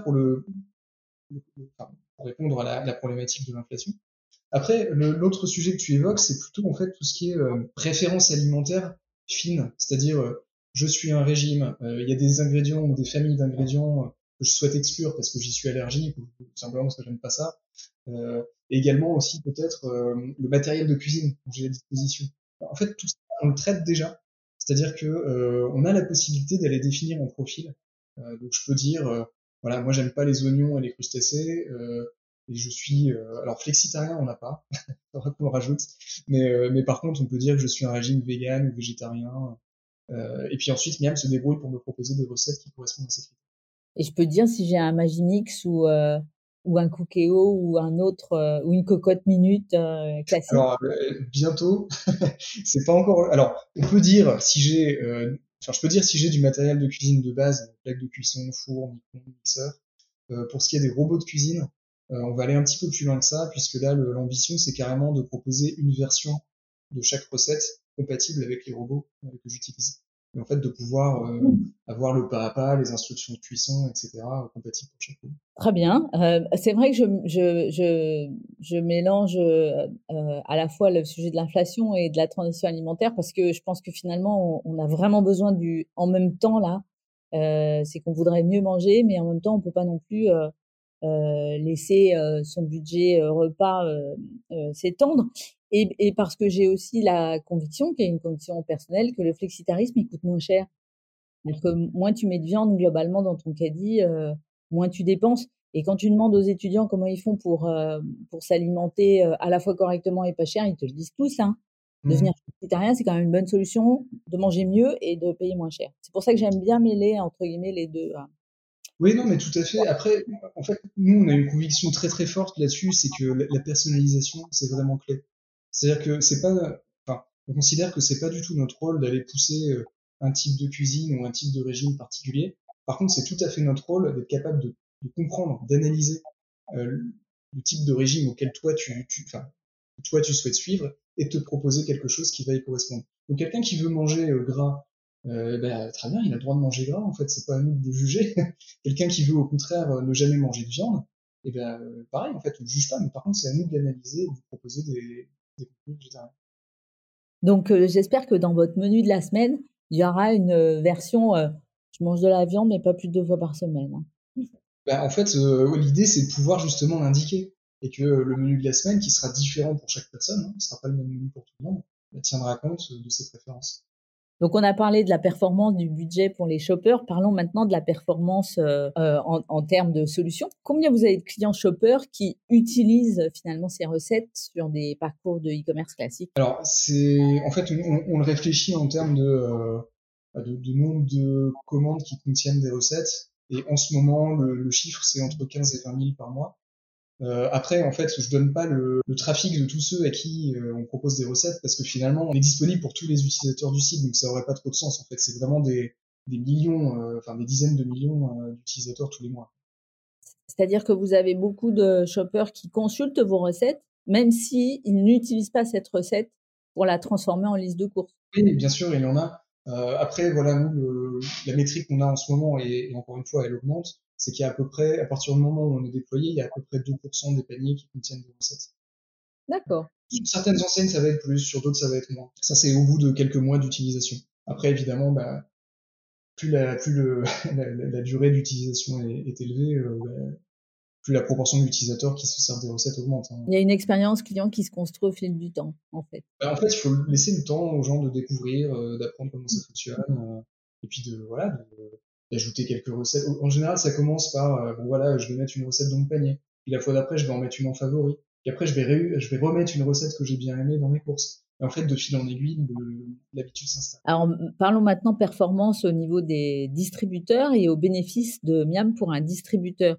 enfin, pour répondre à la problématique de l'inflation. Après, l'autre sujet que tu évoques, c'est plutôt en fait tout ce qui est préférence alimentaire fine, c'est-à-dire je suis un régime, il y a des ingrédients ou des familles d'ingrédients que je souhaite exclure parce que j'y suis allergique ou tout simplement parce que j'aime pas ça. Et également aussi peut-être le matériel de cuisine dont j'ai à disposition. En fait, tout ça, on le traite déjà, c'est-à-dire que on a la possibilité d'aller définir en profil. Donc je peux dire, voilà, moi j'aime pas les oignons et les crustacés. Et je suis alors flexitarien, on n'a pas, faudra qu'on le rajoute. Mais par contre, on peut dire que je suis un régime vegan ou végétarien. Et puis ensuite, Miam se débrouille pour me proposer des recettes qui correspondent à ces critères. Et je peux te dire si j'ai un Magimix ou un Cookéo ou un autre ou une cocotte minute classique. Alors bientôt, c'est pas encore. Alors on peut dire si j'ai, enfin je peux dire si j'ai du matériel de cuisine de base, plaque de cuisson, four, micro-ondes, mixeur. Pour ce qui est des robots de cuisine, on va aller un petit peu plus loin que ça, puisque là, l'ambition, c'est carrément de proposer une version de chaque recette compatible avec les robots que j'utilise. Et en fait, de pouvoir avoir le pas à pas, les instructions de cuisson, etc., compatibles pour chaque robot. Très bien. C'est vrai que je mélange à la fois le sujet de l'inflation et de la transition alimentaire parce que je pense que finalement, on a vraiment besoin du en même temps là. C'est qu'on voudrait mieux manger, mais en même temps, on peut pas non plus laisser son budget repas s'étendre. Et parce que j'ai aussi la conviction, qui est une conviction personnelle, que le flexitarisme, il coûte moins cher. C'est-à-dire que moins tu mets de viande globalement dans ton caddie, moins tu dépenses. Et quand tu demandes aux étudiants comment ils font pour s'alimenter à la fois correctement et pas cher, ils te le disent tous. Hein. Devenir végétarien, c'est quand même une bonne solution de manger mieux et de payer moins cher. C'est pour ça que j'aime bien mêler, entre guillemets, les deux. Hein. Oui, non, mais tout à fait. Après, en fait, nous, on a une conviction très très forte là-dessus, c'est que la personnalisation, c'est vraiment clé. C'est-à-dire que c'est pas, enfin, on considère que c'est pas du tout notre rôle d'aller pousser un type de cuisine ou un type de régime particulier. Par contre, c'est tout à fait notre rôle d'être capable de comprendre, d'analyser le type de régime auquel enfin, toi tu souhaites suivre et te proposer quelque chose qui va y correspondre. Donc quelqu'un qui veut manger gras, ben, très bien, il a le droit de manger gras. En fait, c'est pas à nous de le juger. Quelqu'un qui veut au contraire ne jamais manger de viande, et ben pareil, en fait, on ne juge pas, mais par contre, c'est à nous de l'analyser et de vous proposer des contenus végétariens. Donc, j'espère que dans votre menu de la semaine, il y aura une version je mange de la viande, mais pas plus de 2 fois par semaine. Hein. Ben, en fait, l'idée, c'est de pouvoir justement l'indiquer. Et que le menu de la semaine, qui sera différent pour chaque personne, hein, ne sera pas le même menu pour tout le monde, tiendra compte de ses préférences. Donc, on a parlé de la performance du budget pour les shoppers. Parlons maintenant de la performance en termes de solutions. Combien vous avez de clients shoppers qui utilisent finalement ces recettes sur des parcours de e-commerce classiques? Alors, en fait, on le réfléchit en termes de nombre de commandes qui contiennent des recettes. Et en ce moment, le chiffre, c'est entre 15 et 20 000 par mois. Après, en fait, je donne pas le trafic de tous ceux à qui on propose des recettes parce que finalement, on est disponible pour tous les utilisateurs du site, donc ça aurait pas trop de sens. En fait, c'est vraiment des millions, enfin des dizaines de millions d'utilisateurs tous les mois. C'est-à-dire que vous avez beaucoup de shoppers qui consultent vos recettes, même s'ils n'utilisent pas cette recette pour la transformer en liste de courses. Oui, bien sûr, il y en a. Après, voilà, nous, la métrique qu'on a en ce moment, et encore une fois, elle augmente, c'est qu'il y a à peu près, à partir du moment où on est déployé, il y a à peu près 2% des paniers qui contiennent des recettes. D'accord. Sur certaines enseignes, ça va être plus, sur d'autres, ça va être moins. Ça, c'est au bout de quelques mois d'utilisation. Après, évidemment, bah, la durée d'utilisation est élevée, plus la proportion d'utilisateurs qui se servent des recettes augmente, hein. Il y a une expérience client qui se construit au fil du temps, en fait. Bah, en fait, il faut laisser le temps aux gens de découvrir, d'apprendre comment ça fonctionne, et puis d'ajouter quelques recettes. En général, ça commence par, bon voilà, je vais mettre une recette dans le panier. Puis la fois d'après, je vais en mettre une en favori. Puis après, je vais remettre une recette que j'ai bien aimée dans mes courses. Et en fait, de fil en aiguille, l'habitude s'installe. Alors, parlons maintenant performance au niveau des distributeurs et aux bénéfices de Miam pour un distributeur.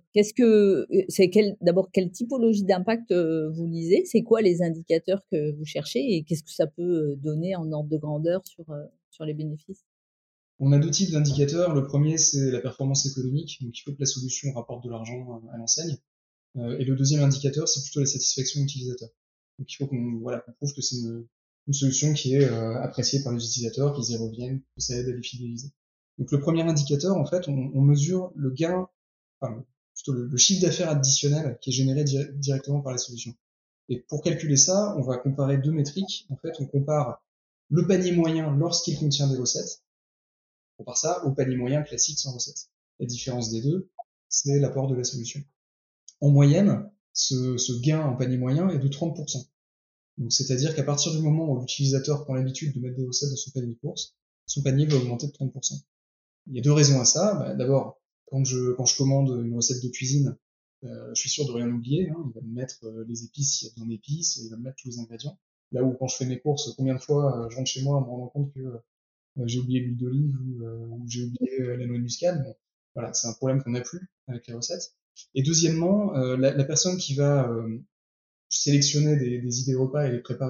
D'abord, quelle typologie d'impact vous lisez? C'est quoi les indicateurs que vous cherchez et qu'est-ce que ça peut donner en ordre de grandeur sur les bénéfices? On a deux types d'indicateurs. Le premier, c'est la performance économique. Donc, il faut que la solution rapporte de l'argent à l'enseigne. Et le deuxième indicateur, c'est plutôt la satisfaction utilisateur. Donc il faut qu'on prouve que c'est une solution qui est appréciée par les utilisateurs, qu'ils y reviennent, que ça aide à les fidéliser. Donc le premier indicateur, en fait, on mesure le gain, enfin plutôt le chiffre d'affaires additionnel qui est généré directement par la solution. Et pour calculer ça, on va comparer deux métriques. En fait, on compare le panier moyen lorsqu'il contient des recettes. On compare ça au panier moyen classique sans recettes. La différence des deux, c'est l'apport de la solution. En moyenne, ce gain en panier moyen est de 30%. Donc, c'est-à-dire qu'à partir du moment où l'utilisateur prend l'habitude de mettre des recettes dans son panier de courses, son panier va augmenter de 30%. Il y a deux raisons à ça. Bah, d'abord, quand je commande une recette de cuisine, je suis sûr de rien oublier, hein. Il va me mettre les épices s'il y a besoin d'épices, il va me mettre tous les ingrédients. Là où quand je fais mes courses, combien de fois je rentre chez moi en me rendant compte que j'ai oublié l'huile d'olive ou j'ai oublié la noix de muscade. Bon, voilà, c'est un problème qu'on n'a plus avec les recettes. Et deuxièmement, la personne qui va sélectionner des idées repas et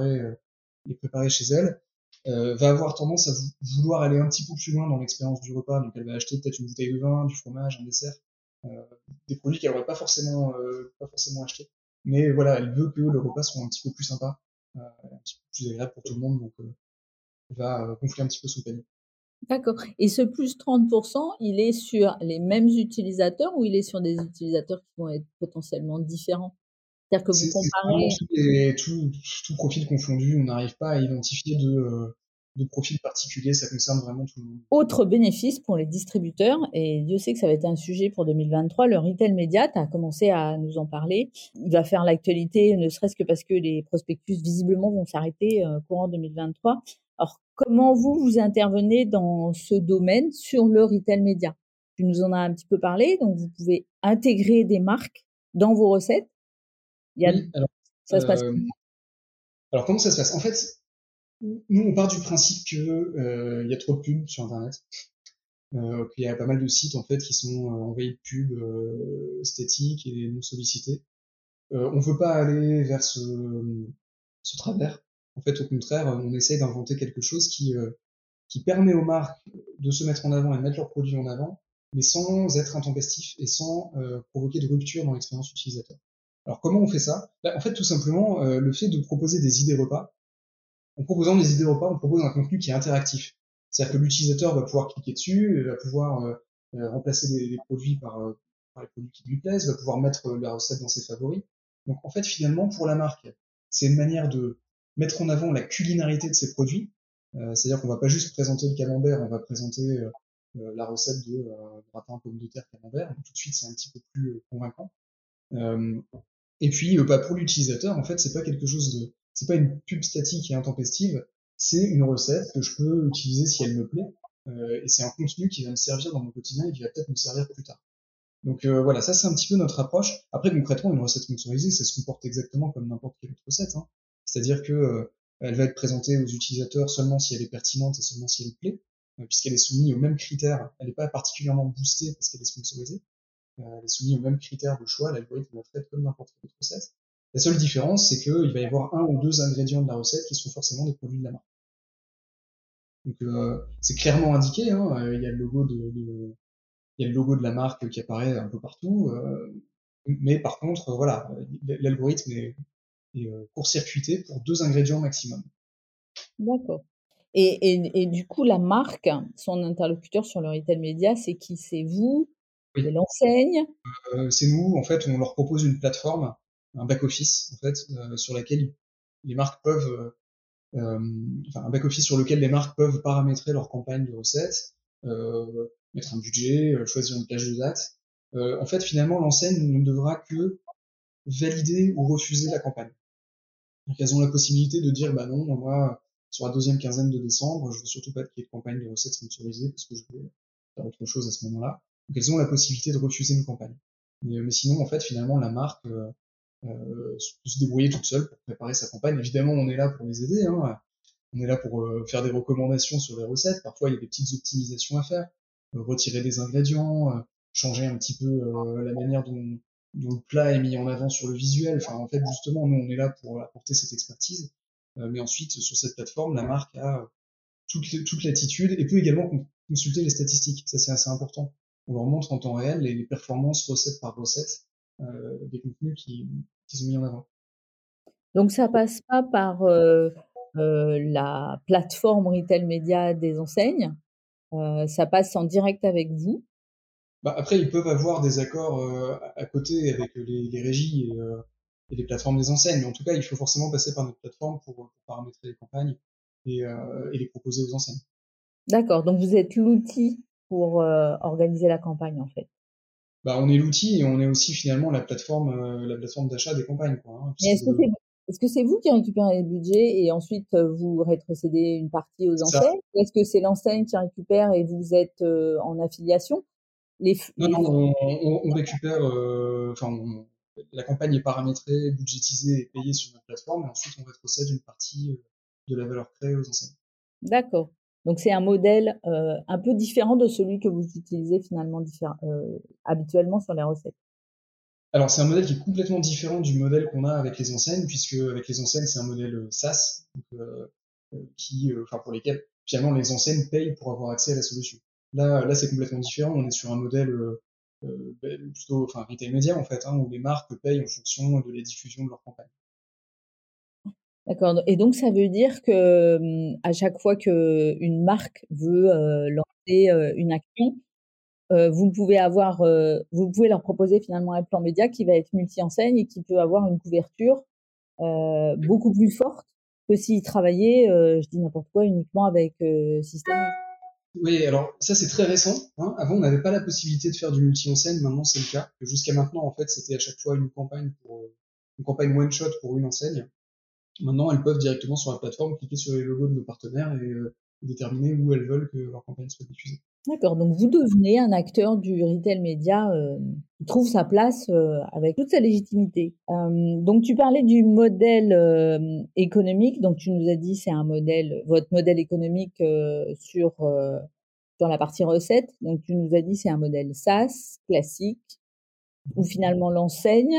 les préparer chez elle, va avoir tendance à vouloir aller un petit peu plus loin dans l'expérience du repas. Donc elle va acheter peut-être une bouteille de vin, du fromage, un dessert, euh, des produits qu'elle n'aurait pas forcément acheté. Mais voilà, elle veut que le repas soit un petit peu plus sympa, un petit peu plus agréable pour tout le monde. Donc elle va gonfler un petit peu son panier. D'accord, et ce plus 30%, il est sur les mêmes utilisateurs ou il est sur des utilisateurs qui vont être potentiellement différents? C'est-à-dire que vous C'est vraiment comparez tout profil confondu. On n'arrive pas à identifier de profil particulier. Ça concerne vraiment tout le monde. autre bénéfice pour les distributeurs, et Dieu sait que ça va être un sujet pour 2023, le retail média, tu as commencé à nous en parler. Il va faire l'actualité, ne serait-ce que parce que les prospectus visiblement vont s'arrêter courant 2023. Alors, comment vous intervenez dans ce domaine sur le retail média? Tu nous en as un petit peu parlé, donc vous pouvez intégrer des marques dans vos recettes. Il y a, Oui, ça se passe euh, comment? alors comment ça se passe? En fait, nous on part du principe que il y a trop de pubs sur Internet, qu'il y a pas mal de sites en fait qui sont envahis de pubs esthétiques et non sollicités. On veut pas aller vers ce travers. En fait, au contraire, on essaye d'inventer quelque chose qui permet aux marques de se mettre en avant et de mettre leurs produits en avant, mais sans être intempestif et sans provoquer de rupture dans l'expérience utilisateur. Alors comment on fait ça? Bah, en fait, tout simplement, le fait de proposer des idées repas. En proposant des idées repas, on propose un contenu qui est interactif. C'est-à-dire que l'utilisateur va pouvoir cliquer dessus, va pouvoir remplacer les produits par les produits qui lui plaisent, va pouvoir mettre la recette dans ses favoris. Donc en fait, finalement, pour la marque, c'est une manière de mettre en avant la culinarité de ses produits. C'est-à-dire qu'on va pas juste présenter le camembert, on va présenter la recette de gratin pomme de terre camembert. Donc tout de suite, c'est un petit peu plus convaincant. Euh, et puis, bah, pour l'utilisateur, en fait, c'est pas une pub statique et intempestive, c'est une recette que je peux utiliser si elle me plaît, et c'est un contenu qui va me servir dans mon quotidien et qui va peut-être me servir plus tard. Donc voilà, ça c'est un petit peu notre approche. Après, concrètement, une recette sponsorisée, ça se comporte exactement comme n'importe quelle autre recette, hein. C'est-à-dire que elle va être présentée aux utilisateurs seulement si elle est pertinente et seulement si elle plaît, puisqu'elle est soumise aux mêmes critères. Elle n'est pas particulièrement boostée parce qu'elle est sponsorisée. elle est soumise aux mêmes critères de choix, l'algorithme la traite comme n'importe quelle autre recette. La seule différence, c'est qu'il va y avoir un ou deux ingrédients de la recette qui sont forcément des produits de la marque. Donc c'est clairement indiqué, hein, il y a le logo il y a le logo de la marque qui apparaît un peu partout, mais par contre, voilà, l'algorithme est court-circuité pour 2 ingrédients maximum. D'accord. Et du coup, la marque, son interlocuteur sur le retail média, c'est qui? C'est vous? C'est Oui, l'enseigne? c'est nous, en fait, on leur propose une plateforme, un back-office, en fait, sur laquelle les marques peuvent, enfin, un back-office sur lequel les marques peuvent paramétrer leur campagne de recettes, mettre un budget, choisir une plage de date. En fait, finalement, l'enseigne ne devra que valider ou refuser la campagne. Donc elles ont la possibilité de dire bah non, moi sur la deuxième quinzaine de décembre, je veux surtout pas qu'il y ait de campagne de recettes sponsorisées parce que je veux faire autre chose à ce moment-là. Donc elles ont la possibilité de refuser une campagne. Mais sinon, en fait, finalement, la marque peut se débrouiller toute seule pour préparer sa campagne. Évidemment, on est là pour les aider, hein. On est là pour faire des recommandations sur les recettes. Parfois, il y a des petites optimisations à faire, retirer des ingrédients, changer un petit peu la manière dont le plat est mis en avant sur le visuel. Enfin, en fait, justement, nous, on est là pour apporter cette expertise. Mais ensuite, sur cette plateforme, la marque a toute l'attitude et peut également consulter les statistiques. Ça, c'est assez important. On leur montre en temps réel les performances recette par recette des contenus qui sont mis en avant. Donc ça passe pas par, la plateforme retail média des enseignes, ça passe en direct avec vous? Bah, après, ils peuvent avoir des accords à côté avec les régies et les plateformes des enseignes. Mais en tout cas, il faut forcément passer par notre plateforme pour paramétrer les campagnes et les proposer aux enseignes. D'accord, donc vous êtes l'outil pour, organiser la campagne, en fait. Bah, on est l'outil et on est aussi finalement la plateforme d'achat des campagnes, quoi, hein, Mais puisque est-ce que c'est vous qui récupérez les budgets et ensuite, vous rétrocédez une partie aux c'est ça. enseignes? Ou est-ce que c'est l'enseigne qui récupère et vous êtes, en affiliation? Non, Les non, on récupère, enfin, la campagne est paramétrée, budgétisée et payée sur notre plateforme, et ensuite on rétrocède une partie de la valeur créée aux enseignes. D'accord. Donc c'est un modèle, un peu différent de celui que vous utilisez finalement habituellement sur les recettes. Alors c'est un modèle qui est complètement différent du modèle qu'on a avec les enseignes, puisque avec les enseignes c'est un modèle SaaS, donc, enfin pour lesquels finalement les enseignes payent pour avoir accès à la solution. Là c'est complètement différent. On est sur un modèle plutôt, enfin retail média en fait, hein, où les marques payent en fonction de la diffusion de leur campagne. D'accord, et donc ça veut dire que, à chaque fois qu'une marque veut, lancer, une action, vous pouvez leur proposer finalement un plan média qui va être multi-enseigne et qui peut avoir une couverture, beaucoup plus forte que s'ils travaillaient, je dis n'importe quoi, uniquement avec, Système U. Oui, alors ça c'est très récent, hein. Avant on n'avait pas la possibilité de faire du multi-enseigne, maintenant c'est le cas. Jusqu'à maintenant en fait c'était à chaque fois une campagne one shot pour une enseigne. Maintenant, elles peuvent directement sur la plateforme cliquer sur les logos de nos partenaires et déterminer où elles veulent que leur campagne soit diffusée. D'accord, donc vous devenez un acteur du retail média, qui trouve sa place, avec toute sa légitimité. Donc tu parlais du modèle, économique, donc tu nous as dit c'est un modèle votre modèle économique, sur la partie recette, donc tu nous as dit c'est un modèle SaaS classique où finalement l'enseigne,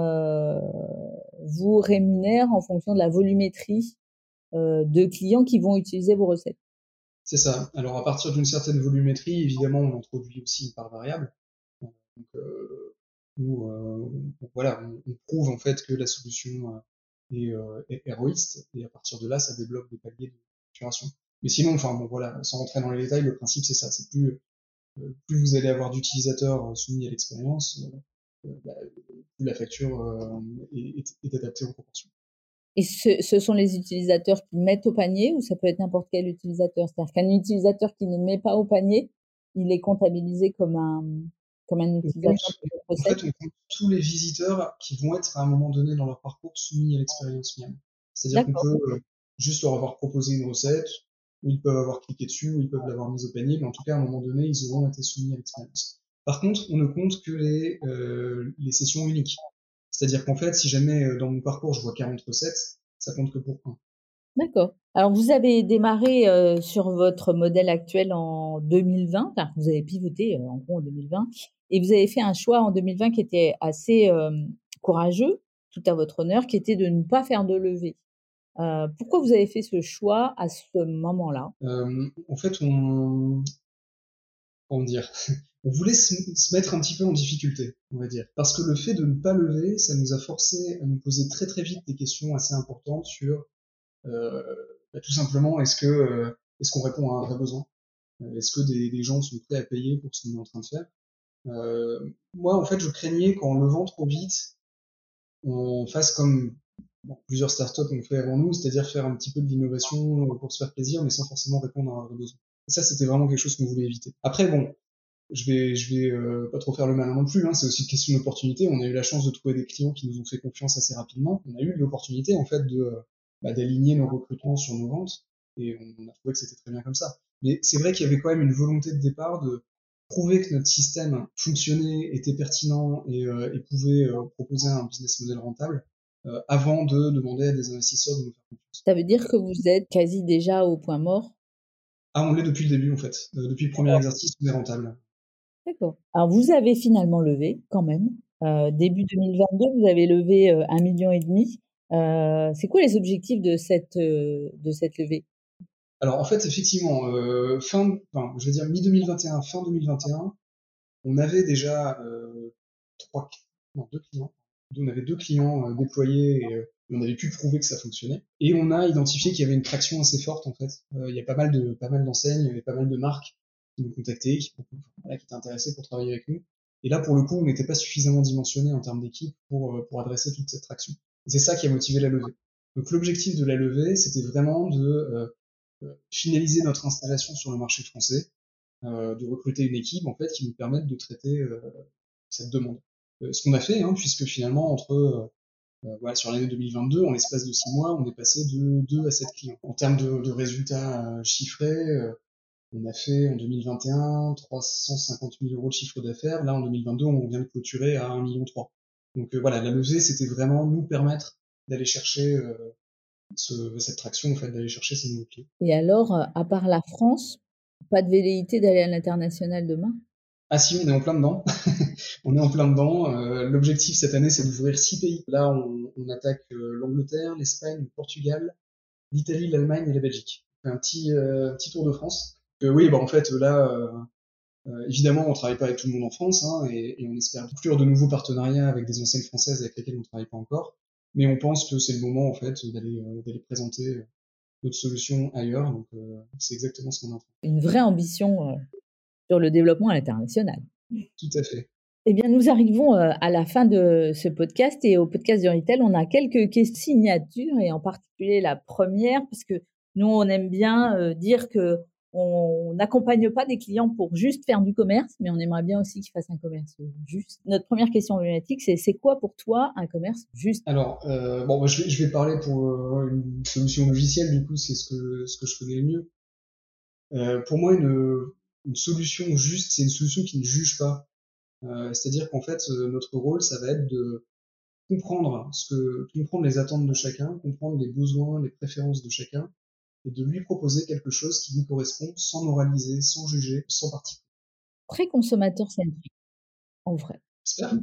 vous rémunère en fonction de la volumétrie, de clients qui vont utiliser vos recettes. C'est ça. Alors à partir d'une certaine volumétrie, évidemment, on introduit aussi une part variable. Donc nous, voilà, on prouve en fait que la solution est héroïste et à partir de là, ça débloque des paliers de facturation. Mais sinon, enfin bon voilà, sans rentrer dans les détails, le principe c'est ça. C'est plus vous allez avoir d'utilisateurs soumis à l'expérience, bah, plus la facture est adaptée en proportion. Et ce sont les utilisateurs qui mettent au panier ou ça peut être n'importe quel utilisateur? C'est-à-dire qu'un utilisateur qui ne met pas au panier, il est comptabilisé comme un On compte, utilisateur de votre en recette? fait, on compte tous les visiteurs qui vont être à un moment donné dans leur parcours soumis à l'expérience Miam. C'est-à-dire qu'on D'accord. peut juste leur avoir proposé une recette, ou ils peuvent avoir cliqué dessus, ou ils peuvent l'avoir mise au panier, mais en tout cas, à un moment donné, ils auront été soumis à l'expérience. Par contre, on ne compte que les sessions uniques. C'est-à-dire qu'en fait, si jamais dans mon parcours je vois 40 recettes, ça compte que pour un. D'accord. Alors vous avez démarré, sur votre modèle actuel en 2020, enfin vous avez pivoté, en gros en 2020 et vous avez fait un choix en 2020 qui était assez, courageux, tout à votre honneur, qui était de ne pas faire de levée. Pourquoi vous avez fait ce choix à ce moment-là? En fait, comment dire, on voulait se mettre un petit peu en difficulté, on va dire. Parce que le fait de ne pas lever, ça nous a forcé à nous poser très très vite des questions assez importantes sur tout simplement est-ce qu'on répond à un vrai besoin? Est-ce que des gens sont prêts à payer pour ce qu'on est en train de faire? Moi, en fait, je craignais qu'en levant trop vite, on fasse comme plusieurs startups ont fait avant nous, c'est-à-dire faire un petit peu de l'innovation pour se faire plaisir, mais sans forcément répondre à un vrai besoin. Et ça, c'était vraiment quelque chose qu'on voulait éviter. Après, bon, je vais pas trop faire le malin non plus. Hein, c'est aussi une question d'opportunité. On a eu la chance de trouver des clients qui nous ont fait confiance assez rapidement. On a eu l'opportunité en fait d'aligner nos recrutements sur nos ventes et on a trouvé que c'était très bien comme ça. Mais c'est vrai qu'il y avait quand même une volonté de départ de prouver que notre système fonctionnait, était pertinent et pouvait proposer un business model rentable avant de demander à des investisseurs de nous faire confiance. Ça veut dire que vous êtes quasi déjà au point mort? Ah, on l'est depuis le début en fait. Depuis le premier exercice, on est rentable. D'accord. Alors vous avez finalement levé quand même. Début 2022, vous avez levé, 1,5 million. C'est quoi les objectifs de cette levée? Alors en fait, effectivement, enfin, je vais dire mi-2021, fin 2021, on avait déjà trois, non, deux clients. On avait deux clients déployés et on avait pu prouver que ça fonctionnait. Et on a identifié qu'il y avait une traction assez forte en fait. Il y a pas mal d'enseignes et pas mal de marques qui nous contactaient, voilà, qui étaient intéressées pour travailler avec nous. Et là, pour le coup, on n'était pas suffisamment dimensionné en termes d'équipe pour adresser toute cette traction. Et c'est ça qui a motivé la levée. Donc l'objectif de la levée, c'était vraiment de finaliser notre installation sur le marché français, de recruter une équipe en fait qui nous permette de traiter cette demande. Ce qu'on a fait, hein, puisque finalement voilà, sur l'année 2022, en l'espace de 6 mois, on est passé de 2 à 7 clients. En termes de résultats chiffrés, on a fait en 2021 350 000 euros de chiffre d'affaires. Là, en 2022, on vient de clôturer à 1,3 million. Donc voilà, la levée, c'était vraiment nous permettre d'aller chercher cette traction, en fait, d'aller chercher ces nouveaux clients. Et alors, à part la France, pas de velléité d'aller à l'international demain? Ah si, on est en plein dedans. On est en plein dedans. L'objectif cette année, c'est d'ouvrir 6 pays. Là, on attaque l'Angleterre, l'Espagne, le Portugal, l'Italie, l'Allemagne et la Belgique. On fait un petit tour de France. Oui, bah en fait là, évidemment, on travaille pas avec tout le monde en France, hein, et on espère conclure de nouveaux partenariats avec des enseignes françaises avec lesquelles on ne travaille pas encore. Mais on pense que c'est le moment en fait d'aller présenter notre solution ailleurs. Donc c'est exactement ce qu'on est en train de Une vraie ambition, sur le développement à l'international. faire. Tout à fait. Eh bien, nous arrivons, à la fin de ce podcast et au podcast du Retail, on a quelques questions signatures et en particulier la première, parce que nous, on aime bien, dire qu'on n'accompagne pas des clients pour juste faire du commerce, mais on aimerait bien aussi qu'ils fassent un commerce juste. Notre première question emblématique, c'est quoi pour toi un commerce juste? Alors, bon, bah, je vais parler pour une solution logicielle, du coup, c'est ce que je connais le mieux. Pour moi, une solution juste, c'est une solution qui ne juge pas. C'est-à-dire qu'en fait, notre rôle, ça va être de comprendre les attentes de chacun, comprendre les besoins, les préférences de chacun, et de lui proposer quelque chose qui lui correspond sans moraliser, sans juger, sans parti. Très consommateur centrique, en vrai. J'espère.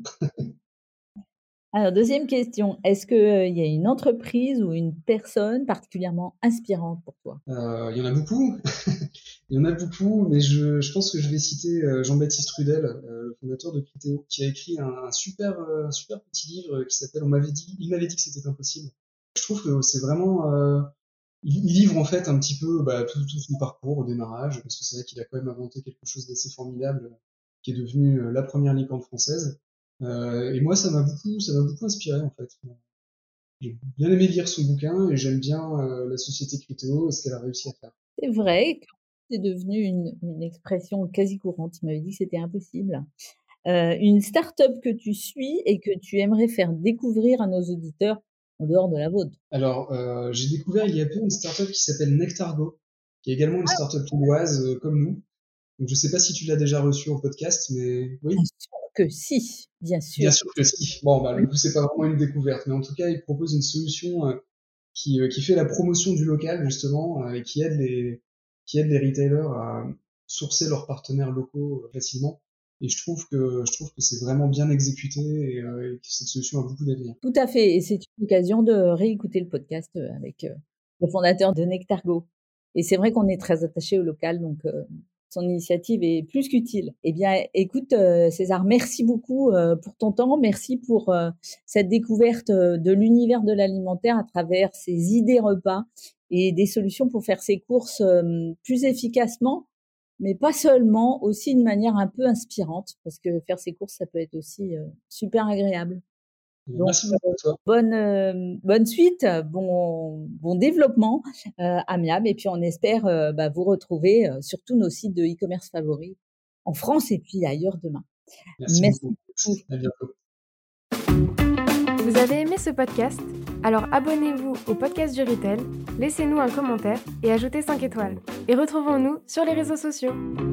Alors, deuxième question, est-ce que, il y a une entreprise ou une personne particulièrement inspirante pour toi? Il y en a beaucoup. Il y en a beaucoup, mais je pense que je vais citer Jean-Baptiste Rudel, le fondateur de Criteo, qui a écrit un super petit livre qui s'appelle Il m'avait dit que c'était impossible. Je trouve que c'est vraiment, il livre en fait un petit peu tout son parcours au démarrage, parce que c'est vrai qu'il a quand même inventé quelque chose d'assez formidable, qui est devenu la première licorne française. Et moi, ça m'a beaucoup inspiré en fait. J'ai bien aimé lire son bouquin et j'aime bien la société Criteo et ce qu'elle a réussi à faire. C'est vrai que c'est devenu une expression quasi courante. Tu m'avais dit que c'était impossible. Une start-up que tu suis et que tu aimerais faire découvrir à nos auditeurs en dehors de la vôtre? Alors, j'ai découvert il y a peu une startup qui s'appelle Nectargo, qui est également une startup lilloise comme nous. Donc, je sais pas si tu l'as déjà reçu au podcast, mais Bien oui, sûr que si, bien sûr. bien sûr que si. Bon, bah, du coup, c'est pas vraiment une découverte, mais en tout cas, il propose une solution qui fait la promotion du local justement et qui aide les retailers à sourcer leurs partenaires locaux facilement. Et je trouve que c'est vraiment bien exécuté et que cette solution a beaucoup d'avenir. Tout à fait, et c'est une occasion de réécouter le podcast avec le fondateur de Nectargo. Et c'est vrai qu'on est très attaché au local, donc son initiative est plus qu'utile. Eh bien, écoute, César, merci beaucoup pour ton temps, merci pour cette découverte de l'univers de l'alimentaire à travers ces idées repas et des solutions pour faire ses courses plus efficacement, mais pas seulement, aussi de manière un peu inspirante, parce que faire ses courses, ça peut être aussi super agréable. Donc, merci beaucoup à toi. bonne suite, bon développement à Miam, et puis on espère vous retrouver sur tous nos sites de e-commerce favoris en France et puis ailleurs demain. Merci beaucoup. beaucoup. À bientôt. Vous avez aimé ce podcast? Alors abonnez-vous au podcast du Retail, laissez-nous un commentaire et ajoutez 5 étoiles. Et retrouvons-nous sur les réseaux sociaux.